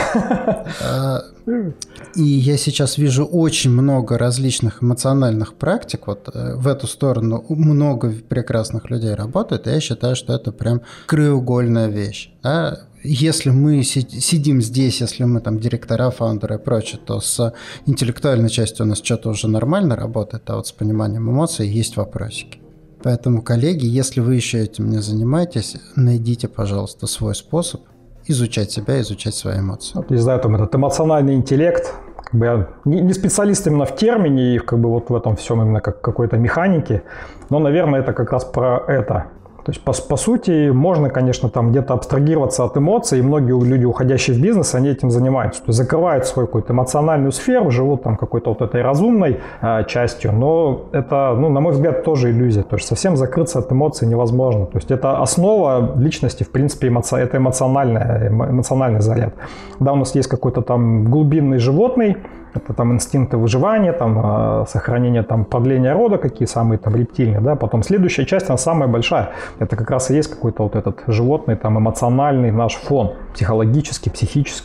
И я сейчас вижу очень много различных эмоциональных практик, вот в эту сторону много прекрасных людей работает, и я считаю, что это прям краеугольная вещь. Да? Если мы сидим здесь, если мы там директора, фаундеры и прочее, то с интеллектуальной частью у нас что-то уже нормально работает, а вот с пониманием эмоций есть вопросики. Поэтому, коллеги, если вы еще этим не занимаетесь, найдите, пожалуйста, свой способ изучать себя, изучать свои эмоции. Вот, не знаю, там этот эмоциональный интеллект, как бы я не, не специалист именно в термине и как бы вот в этом всем именно как какой-то механике, но, наверное, это как раз про это. То есть, по, по сути, можно, конечно, там где-то абстрагироваться от эмоций, и многие люди, уходящие в бизнес, они этим занимаются. То есть, закрывают свою какую-то эмоциональную сферу, живут там какой-то вот этой разумной а, частью, но это, ну, на мой взгляд, тоже иллюзия. То есть, совсем закрыться от эмоций невозможно. То есть, это основа личности, в принципе, эмоци... это эмоциональный, эмоциональный заряд. Да, у нас есть какой-то там глубинный животный, это там инстинкты выживания, там сохранение, там продления рода, какие самые там рептильные, да. Потом следующая часть, она самая большая. Это как раз и есть какой-то вот этот животный, там эмоциональный наш фон, психологический, психический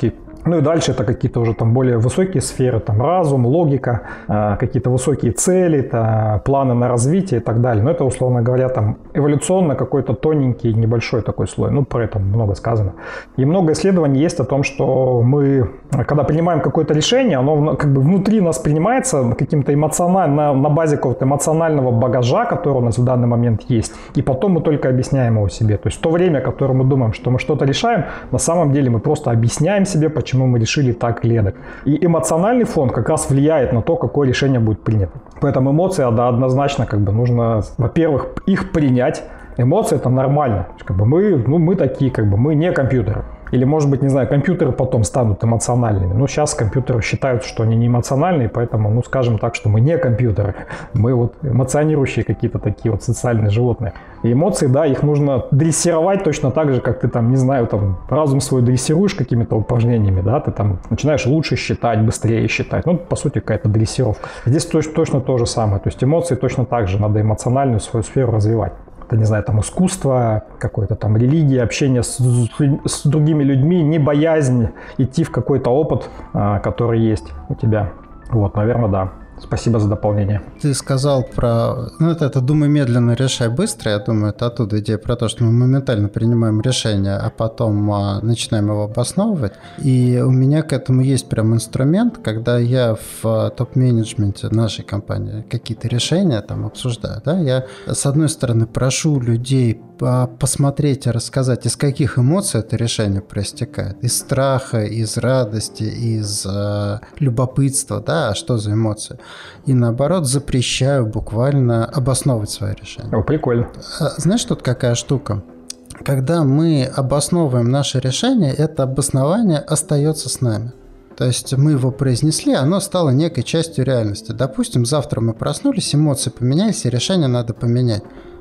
Ну и дальше это какие-то уже там более высокие сферы, там разум, логика, какие-то высокие цели, это планы на развитие и так далее. Но это, условно говоря, там эволюционно какой-то тоненький, небольшой такой слой. Ну, про это много сказано. И много исследований есть о том, что мы, когда принимаем какое-то решение, оно как бы внутри нас принимается каким-то эмоционально, на базе какого-то эмоционального багажа, который у нас в данный момент есть. И потом мы только объясняем его себе. То есть в то время, которое мы думаем, что мы что-то решаем, на самом деле мы просто объясняем себе, почему мы решили так или эдак. И эмоциональный фон как раз влияет на то, какое решение будет принято. Поэтому эмоции, да, однозначно, как бы нужно, во-первых, их принять. Эмоции — это нормально. Как бы мы, ну, мы такие, как бы мы не компьютеры. Или, может быть, не знаю, компьютеры потом станут эмоциональными. Но сейчас компьютеры считают, что они не эмоциональные, поэтому, ну, скажем так, что мы не компьютеры. Мы вот эмоционирующие какие-то такие вот социальные животные. И эмоции, да, их нужно дрессировать точно так же, как ты там, не знаю, там разум свой дрессируешь какими-то упражнениями, да, ты там начинаешь лучше считать, быстрее считать. Ну, по сути, какая-то дрессировка. Здесь точно, точно то же самое. То есть эмоции точно так же, надо эмоциональную свою сферу развивать. Это, не знаю, там искусство, какое-то там религия, общение с, с другими людьми, не боязнь идти в какой-то опыт, а, который есть у тебя. Вот, наверное, да. Спасибо за дополнение. Ты сказал про... Ну, это, это «думай медленно, решай быстро». Я думаю, это оттуда идея про то, что мы моментально принимаем решение, а потом а, начинаем его обосновывать. И у меня к этому есть прям инструмент, когда я в а, топ-менеджменте нашей компании какие-то решения там обсуждаю. Да? Я, с одной стороны, прошу людей посмотреть и рассказать, из каких эмоций это решение проистекает. Из страха, из радости, из э, любопытства, да, а что за эмоции. И наоборот, запрещаю буквально обосновывать свое решение. О, прикольно. Знаешь, тут какая штука? Когда мы обосновываем наше решение, это обоснование остается с нами. То есть мы его произнесли, оно стало некой частью реальности. Допустим, завтра мы проснулись, эмоции поменялись, и решение надо поменять.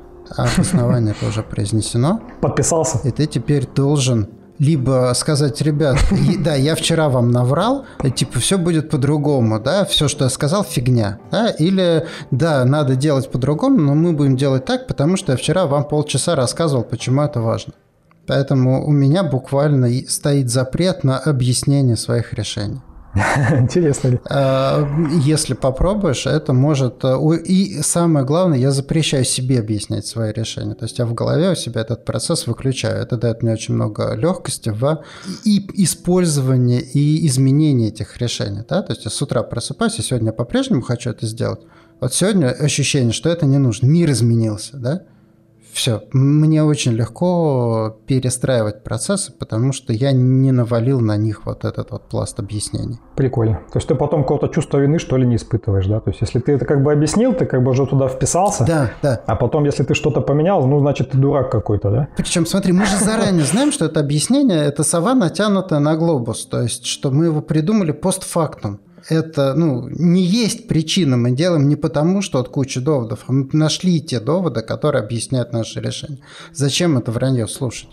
А обоснование тоже произнесено. Подписался. И ты теперь должен либо сказать: ребят, да, я вчера вам наврал, типа все будет по-другому, да, все, что я сказал, фигня, да, или да, надо делать по-другому, но мы будем делать так, потому что я вчера вам полчаса рассказывал, почему это важно. Поэтому у меня буквально стоит запрет на объяснение своих решений. Интересно ли? Если попробуешь, это может... И самое главное, я запрещаю себе объяснять свои решения. То есть я в голове у себя этот процесс выключаю. Это дает мне очень много легкости в и использовании, и изменении этих решений. Да? То есть я с утра просыпаюсь, и сегодня я по-прежнему хочу это сделать. Вот сегодня ощущение, что это не нужно. Мир изменился, да? Все, мне очень легко перестраивать процессы, потому что я не навалил на них вот этот вот пласт объяснений. Прикольно. То есть ты потом какого-то чувства вины, что ли, не испытываешь, да? То есть если ты это как бы объяснил, ты как бы уже туда вписался. Да, да. А потом, если ты что-то поменял, ну, значит, ты дурак какой-то, да? Причем, смотри, мы же заранее знаем, что это объяснение – это сова, натянутая на глобус. То есть, что мы его придумали постфактум. Это, ну, не есть причина, мы делаем не потому, что от кучи доводов, а мы нашли те доводы, которые объясняют наше решение. Зачем это вранье слушать?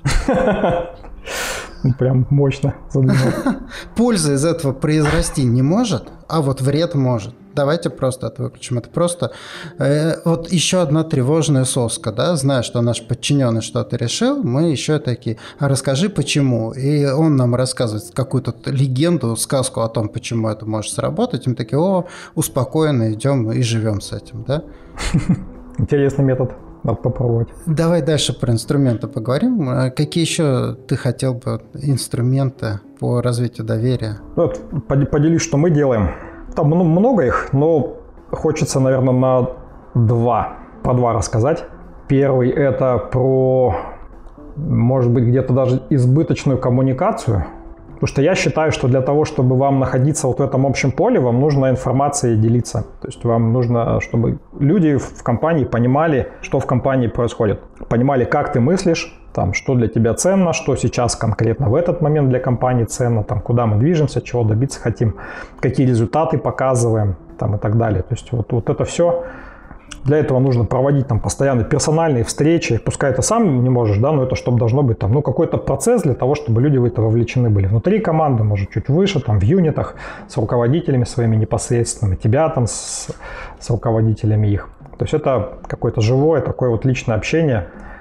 Прям мощно задумал. Польза из этого произрасти не может, а вот вред может. Давайте просто это выключим. Это просто э, вот еще одна тревожная соска, да, зная, что наш подчиненный что-то решил, мы еще такие: а расскажи почему. И он нам рассказывает какую-то легенду, сказку о том, почему это может сработать. И мы такие: о, успокоенно идем и живем с этим, да. Интересный метод. Надо попробовать. Давай дальше про инструменты поговорим. Какие еще ты хотел бы инструменты по развитию доверия? Вот, поделюсь, что мы делаем. Там много их, но хочется, наверное, на два, про два рассказать. Первый – это про, может быть, где-то даже избыточную коммуникацию. Потому что я считаю, что для того, чтобы вам находиться вот в этом общем поле, вам нужно информацией делиться. То есть вам нужно, чтобы люди в компании понимали, что в компании происходит. Понимали, как ты мыслишь, там, что для тебя ценно, что сейчас конкретно в этот момент для компании ценно, там, куда мы движемся, чего добиться хотим, какие результаты показываем там, и так далее. То есть вот, вот это все. Для этого нужно проводить там постоянно персональные встречи. Пускай это сам не можешь, да, но это чтобы должно быть там, ну, какой-то процесс для того, чтобы люди в это вовлечены были. Внутри команды, может, чуть выше, там, в юнитах, с руководителями своими непосредственными, тебя там с, с руководителями их. То есть это какое-то живое такое вот личное общение,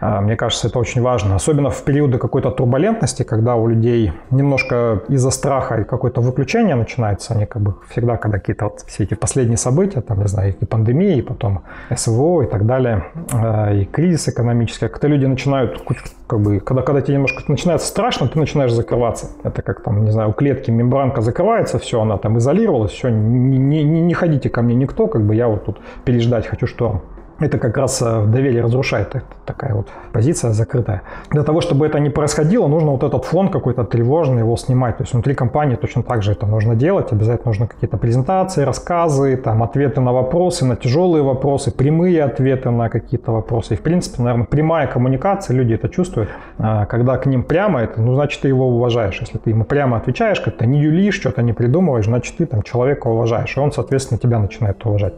Мне кажется, это очень важно. Особенно в периоды какой-то турбулентности, когда у людей немножко из-за страха и какое-то выключение начинается. Они как бы всегда, когда какие-то вот все эти последние события, там, не знаю, и пандемии, и потом СВО и так далее, и кризис экономический, когда люди начинают, как бы, когда, когда тебе немножко начинается страшно, ты начинаешь закрываться. Это как там, не знаю, у клетки мембранка закрывается, все, она там изолировалась, все, не, не, не ходите ко мне никто, как бы я вот тут переждать хочу шторм. Это как раз доверие разрушает, это такая вот позиция закрытая. Для того, чтобы это не происходило, нужно вот этот фон какой-то тревожный, его снимать. То есть внутри компании точно так же это нужно делать. Обязательно нужно какие-то презентации, рассказы, там, ответы на вопросы, на тяжелые вопросы, прямые ответы на какие-то вопросы. И, в принципе, наверное, прямая коммуникация, люди это чувствуют. Когда к ним прямо, это, ну, значит, ты его уважаешь. Если ты ему прямо отвечаешь, как-то не юлишь, что-то не придумываешь, значит, ты там человека уважаешь. И он, соответственно, тебя начинает уважать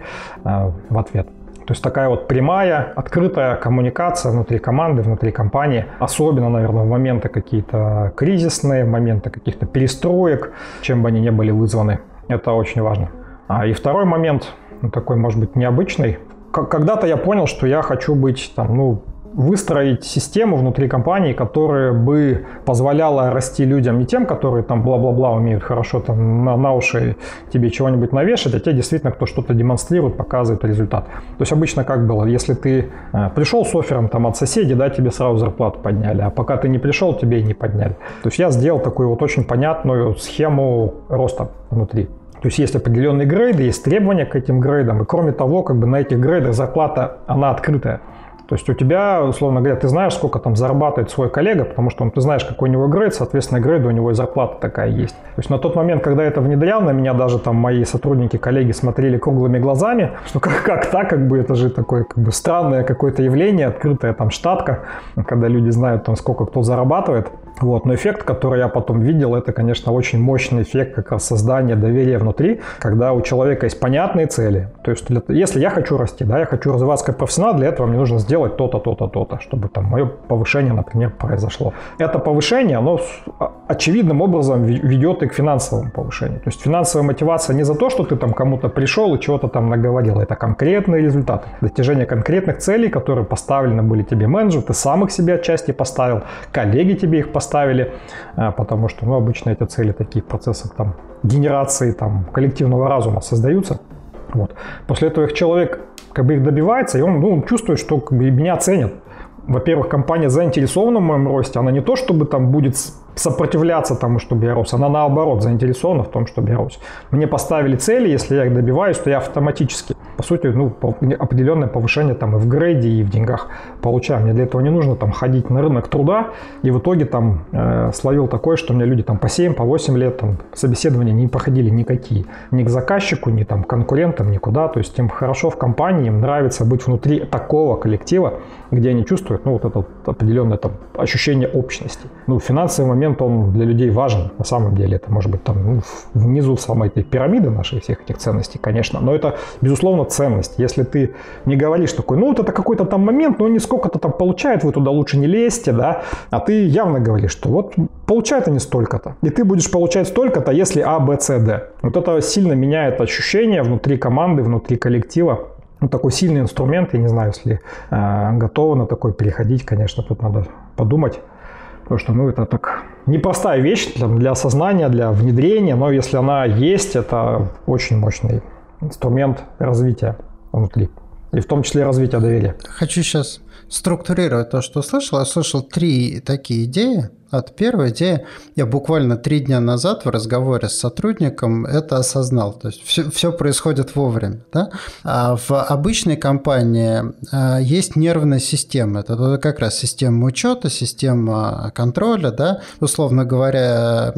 в ответ. То есть такая вот прямая, открытая коммуникация внутри команды, внутри компании. Особенно, наверное, в моменты какие-то кризисные, в моменты каких-то перестроек, чем бы они ни были вызваны. Это очень важно. А, и второй момент, ну, такой, может быть, необычный. К- когда-то я понял, что я хочу быть там, ну, выстроить систему внутри компании, которая бы позволяла расти людям не тем, которые там бла-бла-бла умеют хорошо там на, на уши тебе чего-нибудь навешать, а те действительно, кто что-то демонстрирует, показывает результат. То есть обычно как было, если ты э, пришел с оффером там от соседей, да, тебе сразу зарплату подняли, а пока ты не пришел, тебе и не подняли. То есть я сделал такую вот очень понятную схему роста внутри. То есть есть определенные грейды, есть требования к этим грейдам, и кроме того, как бы на этих грейдах зарплата, она открытая. То есть у тебя, условно говоря, ты знаешь, сколько там зарабатывает свой коллега, потому что ты знаешь, какой у него грейд, соответственно, грейда у него и зарплата такая есть. То есть на тот момент, когда я это внедрял, на меня даже там мои сотрудники, коллеги смотрели круглыми глазами, что как, как так, как бы это же такое как бы странное какое-то явление, открытая там штатка, когда люди знают там сколько кто зарабатывает. Вот. Но эффект, который я потом видел, это, конечно, очень мощный эффект как раз создания доверия внутри, когда у человека есть понятные цели. То есть, для, если я хочу расти, да, я хочу развиваться как профессионал, для этого мне нужно сделать то-то, то-то, то-то, чтобы там мое повышение, например, произошло. Это повышение, оно очевидным образом ведет и к финансовому повышению. То есть финансовая мотивация не за то, что ты там кому-то пришел и чего-то там наговорил, это конкретные результаты, достижение конкретных целей, которые поставлены были тебе менеджер, ты сам их себе отчасти поставил, коллеги тебе их поставили. Ставили, потому что, ну, обычно эти цели такие в процессах там генерации там коллективного разума создаются. Вот. После этого их человек как бы их добивается, и он, ну, он чувствует, что как бы меня ценят. Во-первых, компания заинтересована в моем росте, она не то, чтобы там будет сопротивляться тому, чтобы я рос, она наоборот заинтересована в том, чтобы я рос. Мне поставили цели, если я их добиваюсь, то я автоматически, по сути, ну, определенное повышение там и в грейде, и в деньгах получаю. Мне для этого не нужно там ходить на рынок труда, и в итоге там э, словил такое, что у меня люди там по семь, по восемь лет там собеседования не проходили никакие. Ни к заказчику, ни там к конкурентам, никуда. То есть им хорошо в компании, им нравится быть внутри такого коллектива, где они чувствуют, ну, вот это определенное там ощущение общности. Ну, финансовый момент, он для людей важен, на самом деле. Это может быть там, ну, внизу самой этой пирамиды нашей всех этих ценностей, конечно, но это, безусловно, ценность. Если ты не говоришь такой, ну, вот это какой-то там момент, но они сколько-то там получают, вы туда лучше не лезьте, да, а ты явно говоришь, что вот получают они столько-то, и ты будешь получать столько-то, если А, Б, С, Д. Вот это сильно меняет ощущение внутри команды, внутри коллектива. Ну, такой сильный инструмент, я не знаю, если э, готовы на такой переходить, конечно, тут надо подумать. Потому что, ну, это так непростая вещь для, для осознания, для внедрения, но если она есть, это очень мощный инструмент развития внутри. И в том числе развития доверия. Хочу сейчас структурировать то, что услышал. Я слышал три такие идеи. От первой идеи я буквально три дня назад в разговоре с сотрудником это осознал. То есть все, все происходит вовремя. Да? А в обычной компании есть нервная система. Это как раз система учета, система контроля. Да? Условно говоря,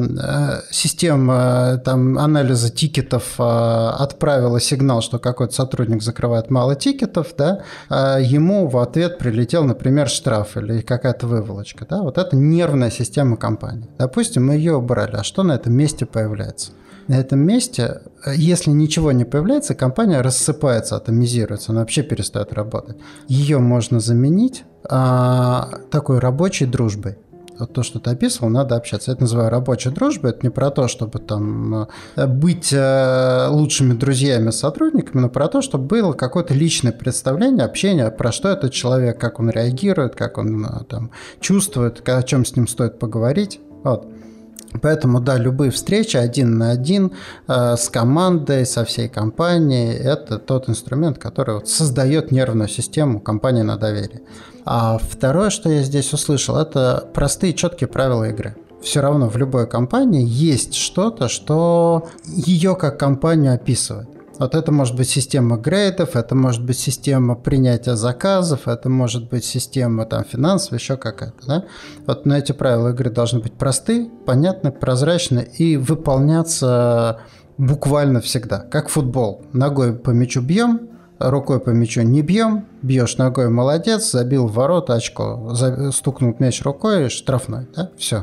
система там, анализа тикетов отправила сигнал, что какой-то сотрудник закрывает мало тикетов. Да? А ему в ответ прилетел, например, штраф или какая-то выволочка. Да? Вот это нервная система. Система компании. Допустим, мы ее убрали. А что на этом месте появляется? На этом месте, если ничего не появляется, компания рассыпается, атомизируется, она вообще перестает работать. Ее можно заменить а, такой рабочей дружбой. Вот то, что ты описывал, надо общаться. Это называю рабочей дружбой. Это не про то, чтобы там быть лучшими друзьями с сотрудниками, но про то, чтобы было какое-то личное представление, общение, про что этот человек, как он реагирует, как он там чувствует, о чем с ним стоит поговорить. Вот. Поэтому, да, любые встречи один на один э, с командой, со всей компанией – это тот инструмент, который вот создает нервную систему компании на доверие. А второе, что я здесь услышал, это простые, четкие правила игры. Все равно в любой компании есть что-то, что ее как компанию описывает. Вот это может быть система грейдов, это может быть система принятия заказов, это может быть система там, финансов, еще какая-то. Да? Вот, но эти правила игры должны быть просты, понятны, прозрачны и выполняться буквально всегда. Как футбол. Ногой по мячу бьем, рукой по мячу не бьем, бьешь ногой – молодец, забил в ворота очко, стукнул мяч рукой – штрафной. Да? Все.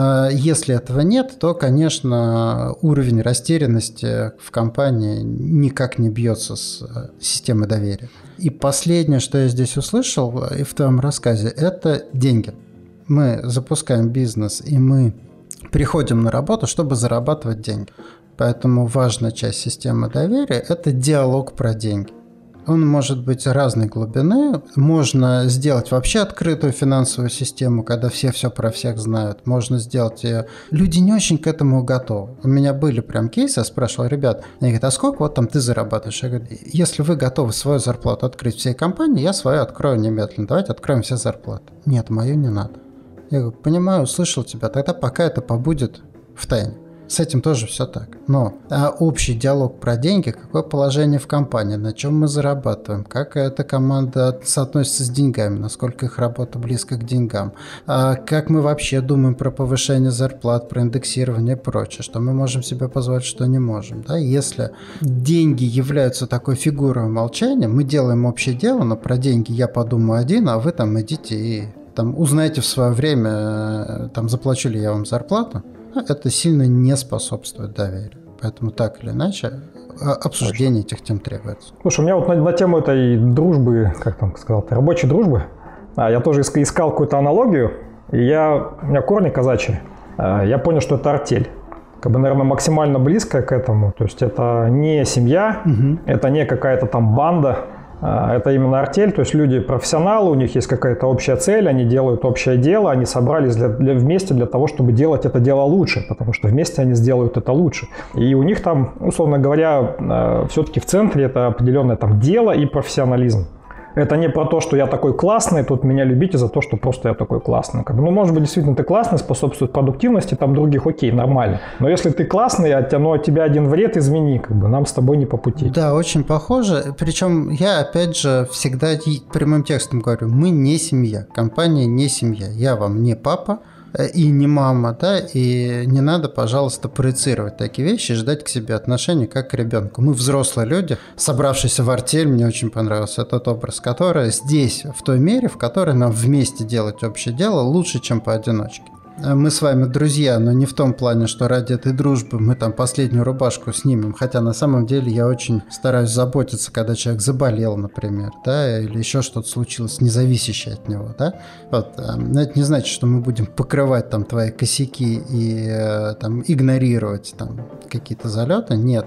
Если этого нет, то, конечно, уровень растерянности в компании никак не бьется с системой доверия. И последнее, что я здесь услышал и в твоем рассказе, это деньги. Мы запускаем бизнес, и мы приходим на работу, чтобы зарабатывать деньги. Поэтому важная часть системы доверия – это диалог про деньги. Он может быть разной глубины. Можно сделать вообще открытую финансовую систему, когда все все про всех знают. Можно сделать ее... Люди не очень к этому готовы. У меня были прям кейсы, я спрашивал, ребят, они говорят, а сколько вот там ты зарабатываешь? Я говорю, если вы готовы свою зарплату открыть всей компании, я свою открою немедленно. Давайте откроем все зарплаты. Нет, мою не надо. Я говорю, понимаю, услышал тебя, тогда пока это побудет в тайне. С этим тоже все так. Но а общий диалог про деньги, какое положение в компании, на чем мы зарабатываем, как эта команда соотносится с деньгами, насколько их работа близко к деньгам, а как мы вообще думаем про повышение зарплат, про индексирование и прочее, что мы можем себе позволить, что не можем. Да? Если деньги являются такой фигурой молчания, мы делаем общее дело, но про деньги я подумаю один, а вы там идите и там, узнаете в свое время, там, заплачу ли я вам зарплату, это сильно не способствует доверию. Поэтому так или иначе обсуждение этих тем требуется. Слушай, у меня вот на, на тему этой дружбы, как там сказал, рабочей дружбы, я тоже искал какую-то аналогию, и я, у меня корни казачьи, я понял, что это артель. Как бы, наверное, максимально близкая к этому. То есть это не семья, угу. это не какая-то там банда. Это именно артель, то есть люди профессионалы, у них есть какая-то общая цель, они делают общее дело, они собрались для, для, вместе для того, чтобы делать это дело лучше, потому что вместе они сделают это лучше. И у них там, условно говоря, все-таки в центре это определенное там дело и профессионализм. Это не про то, что я такой классный, тут меня любите за то, что просто я такой классный. Как бы, ну, может быть, действительно ты классный, способствует продуктивности, там других окей, нормально. Но если ты классный, а ну, от тебя один вред, извини, как бы, нам с тобой не по пути. Да, очень похоже. Причем я, опять же, всегда прямым текстом говорю, мы не семья, компания не семья. Я вам не папа и не мама, да, и не надо, пожалуйста, проецировать такие вещи и ждать к себе отношений, как к ребенку. Мы взрослые люди, собравшиеся в артель, мне очень понравился этот образ, который здесь, в той мере, в которой нам вместе делать общее дело лучше, чем поодиночке. Мы с вами друзья, но не в том плане, что ради этой дружбы мы там последнюю рубашку снимем, хотя на самом деле я очень стараюсь заботиться, когда человек заболел, например, да, или еще что-то случилось, не зависящее от него, да. Вот, но это не значит, что мы будем покрывать там твои косяки и там игнорировать там какие-то залеты, нет.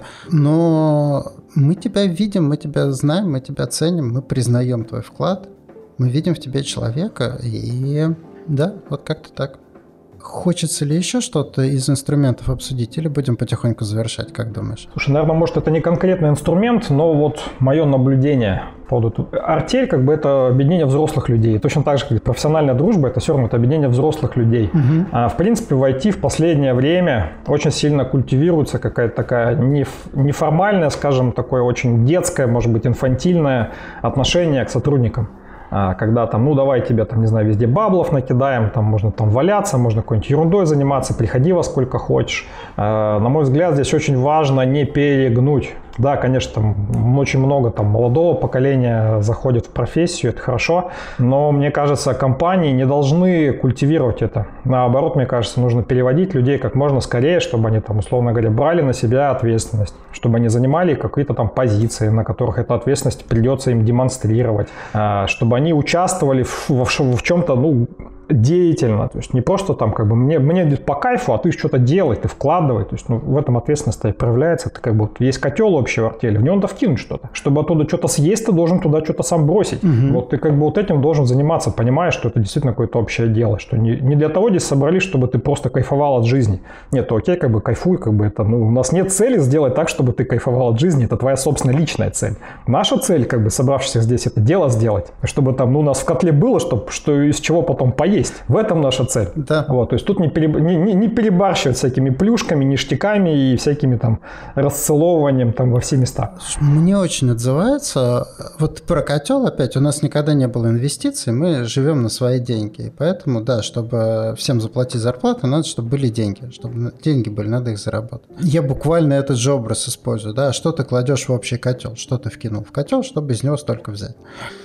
Но мы тебя видим, мы тебя знаем, мы тебя ценим, мы признаем твой вклад, мы видим в тебе человека, и да, вот как-то так. Хочется ли еще что-то из инструментов обсудить, или будем потихоньку завершать, как думаешь? Слушай, наверное, может, это не конкретный инструмент, но вот мое наблюдение по поводу... Артель, как бы, это объединение взрослых людей. Точно так же, как профессиональная дружба, это все равно это объединение взрослых людей. Угу. А, в принципе, в ай ти в последнее время очень сильно культивируется какая-то такая неформальная, скажем, такое очень детское, может быть, инфантильное отношение к сотрудникам. Когда там, ну давай тебе там, не знаю, везде баблов накидаем, там можно там валяться, можно какой-нибудь ерундой заниматься, приходи во сколько хочешь. На мой взгляд, здесь очень важно не перегнуть. Да, конечно, там очень много там молодого поколения заходит в профессию, это хорошо, но мне кажется, компании не должны культивировать это. Наоборот, мне кажется, нужно переводить людей как можно скорее, чтобы они там, условно говоря, брали на себя ответственность, чтобы они занимали какие-то там позиции, на которых эту ответственность придется им демонстрировать, чтобы они участвовали в, в, в чем-то, ну, деятельно, то есть не просто там как бы мне, мне по кайфу, а ты что-то делай, ты вкладывай, то есть ну, в этом ответственность проявляется, ты как бы вот, есть котел общего артели, в него надо вкинуть что-то, чтобы оттуда что-то съесть, ты должен туда что-то сам бросить, угу. Вот ты как бы вот этим должен заниматься, понимаешь, что это действительно какое-то общее дело, что не, не для того здесь собрались, чтобы ты просто кайфовал от жизни, нет, окей, как бы кайфуй, как бы это, ну у нас нет цели сделать так, чтобы ты кайфовал от жизни, это твоя собственная личная цель, наша цель, как бы собравшихся здесь, это дело сделать, чтобы там, ну у нас в котле было, чтобы, что из чего потом поесть, в этом наша цель. Да. Вот, то есть тут не, переб... не, не, не перебарщивать всякими плюшками, ништяками и всякими там расцеловыванием там во все места. Мне очень отзывается, вот про котел опять, у нас никогда не было инвестиций, мы живем на свои деньги, и поэтому, да, чтобы всем заплатить зарплату, надо, чтобы были деньги, чтобы деньги были, надо их заработать. Я буквально этот же образ использую, да, что ты кладешь в общий котел, что ты вкинул в котел, чтобы из него столько взять.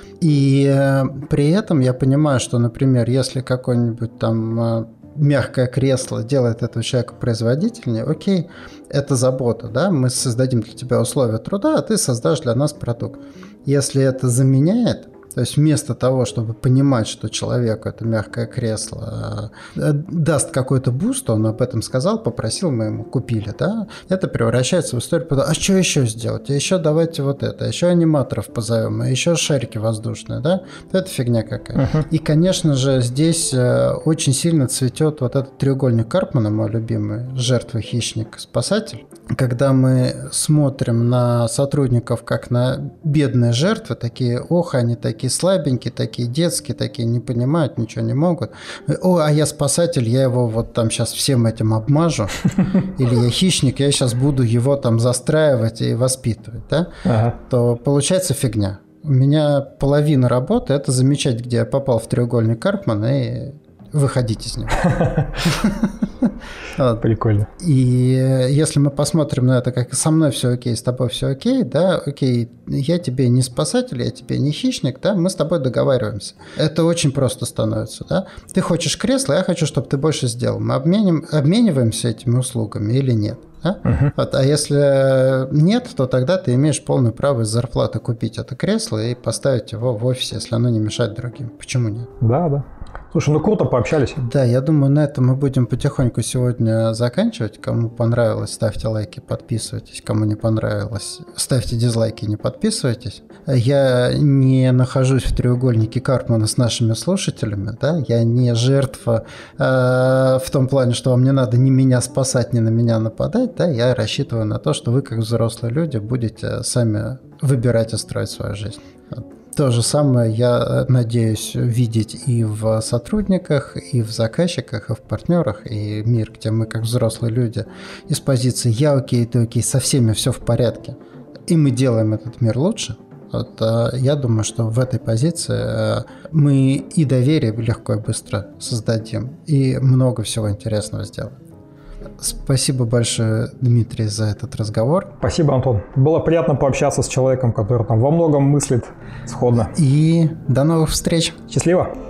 И э, при этом я понимаю, что, например, если какое-нибудь там э, мягкое кресло делает этого человека производительнее, окей, это забота, да, мы создадим для тебя условия труда, а ты создашь для нас продукт. Если это заменяет, то есть вместо того, чтобы понимать, что человеку это мягкое кресло даст какой-то буст, он об этом сказал, попросил, мы ему купили, да, это превращается в историю, а что еще сделать, а еще давайте вот это, а еще аниматоров позовем, а еще шарики воздушные, да, это фигня какая. Uh-huh. И, конечно же, здесь очень сильно цветет вот этот треугольник Карпмана, мой любимый, жертва, хищник, спасатель. Когда мы смотрим на сотрудников как на бедные жертвы, такие, ох, они такие слабенькие, такие детские, такие не понимают, ничего не могут. О, а я спасатель, я его вот там сейчас всем этим обмажу. Или я хищник, я сейчас буду его там застраивать и воспитывать, да? Ага. То получается фигня. У меня половина работы – это замечать, где я попал в треугольник Карпмана и выходить из него. Прикольно. И если мы посмотрим на это, как со мной все окей, с тобой все окей, да, окей, я тебе не спасатель, я тебе не хищник, да, мы с тобой договариваемся. Это очень просто становится, да. Ты хочешь кресло, я хочу, чтобы ты больше сделал. Мы обменим, обмениваемся этими услугами или нет? Да? Uh-huh. Вот, а если нет, то тогда ты имеешь полное право из зарплаты купить это кресло и поставить его в офисе, если оно не мешает другим. Почему нет? Да, да. Слушай, ну круто пообщались. Да, я думаю, на этом мы будем потихоньку сегодня заканчивать. Кому понравилось, ставьте лайки, подписывайтесь. Кому не понравилось, ставьте дизлайки, не подписывайтесь. Я не нахожусь в треугольнике Карпмана с нашими слушателями, да, я не жертва э, в том плане, что вам не надо ни меня спасать, ни на меня нападать, да, я рассчитываю на то, что вы, как взрослые люди, будете сами выбирать и строить свою жизнь. То же самое я надеюсь видеть и в сотрудниках, и в заказчиках, и в партнерах, и мир, где мы как взрослые люди из позиции «я окей, ты окей», со всеми все в порядке, и мы делаем этот мир лучше. Вот, я думаю, что в этой позиции мы и доверие легко и быстро создадим, и много всего интересного сделаем. Спасибо большое, Дмитрий, за этот разговор. Спасибо, Антон. Было приятно пообщаться с человеком, который там во многом мыслит сходно. И до новых встреч. Счастливо.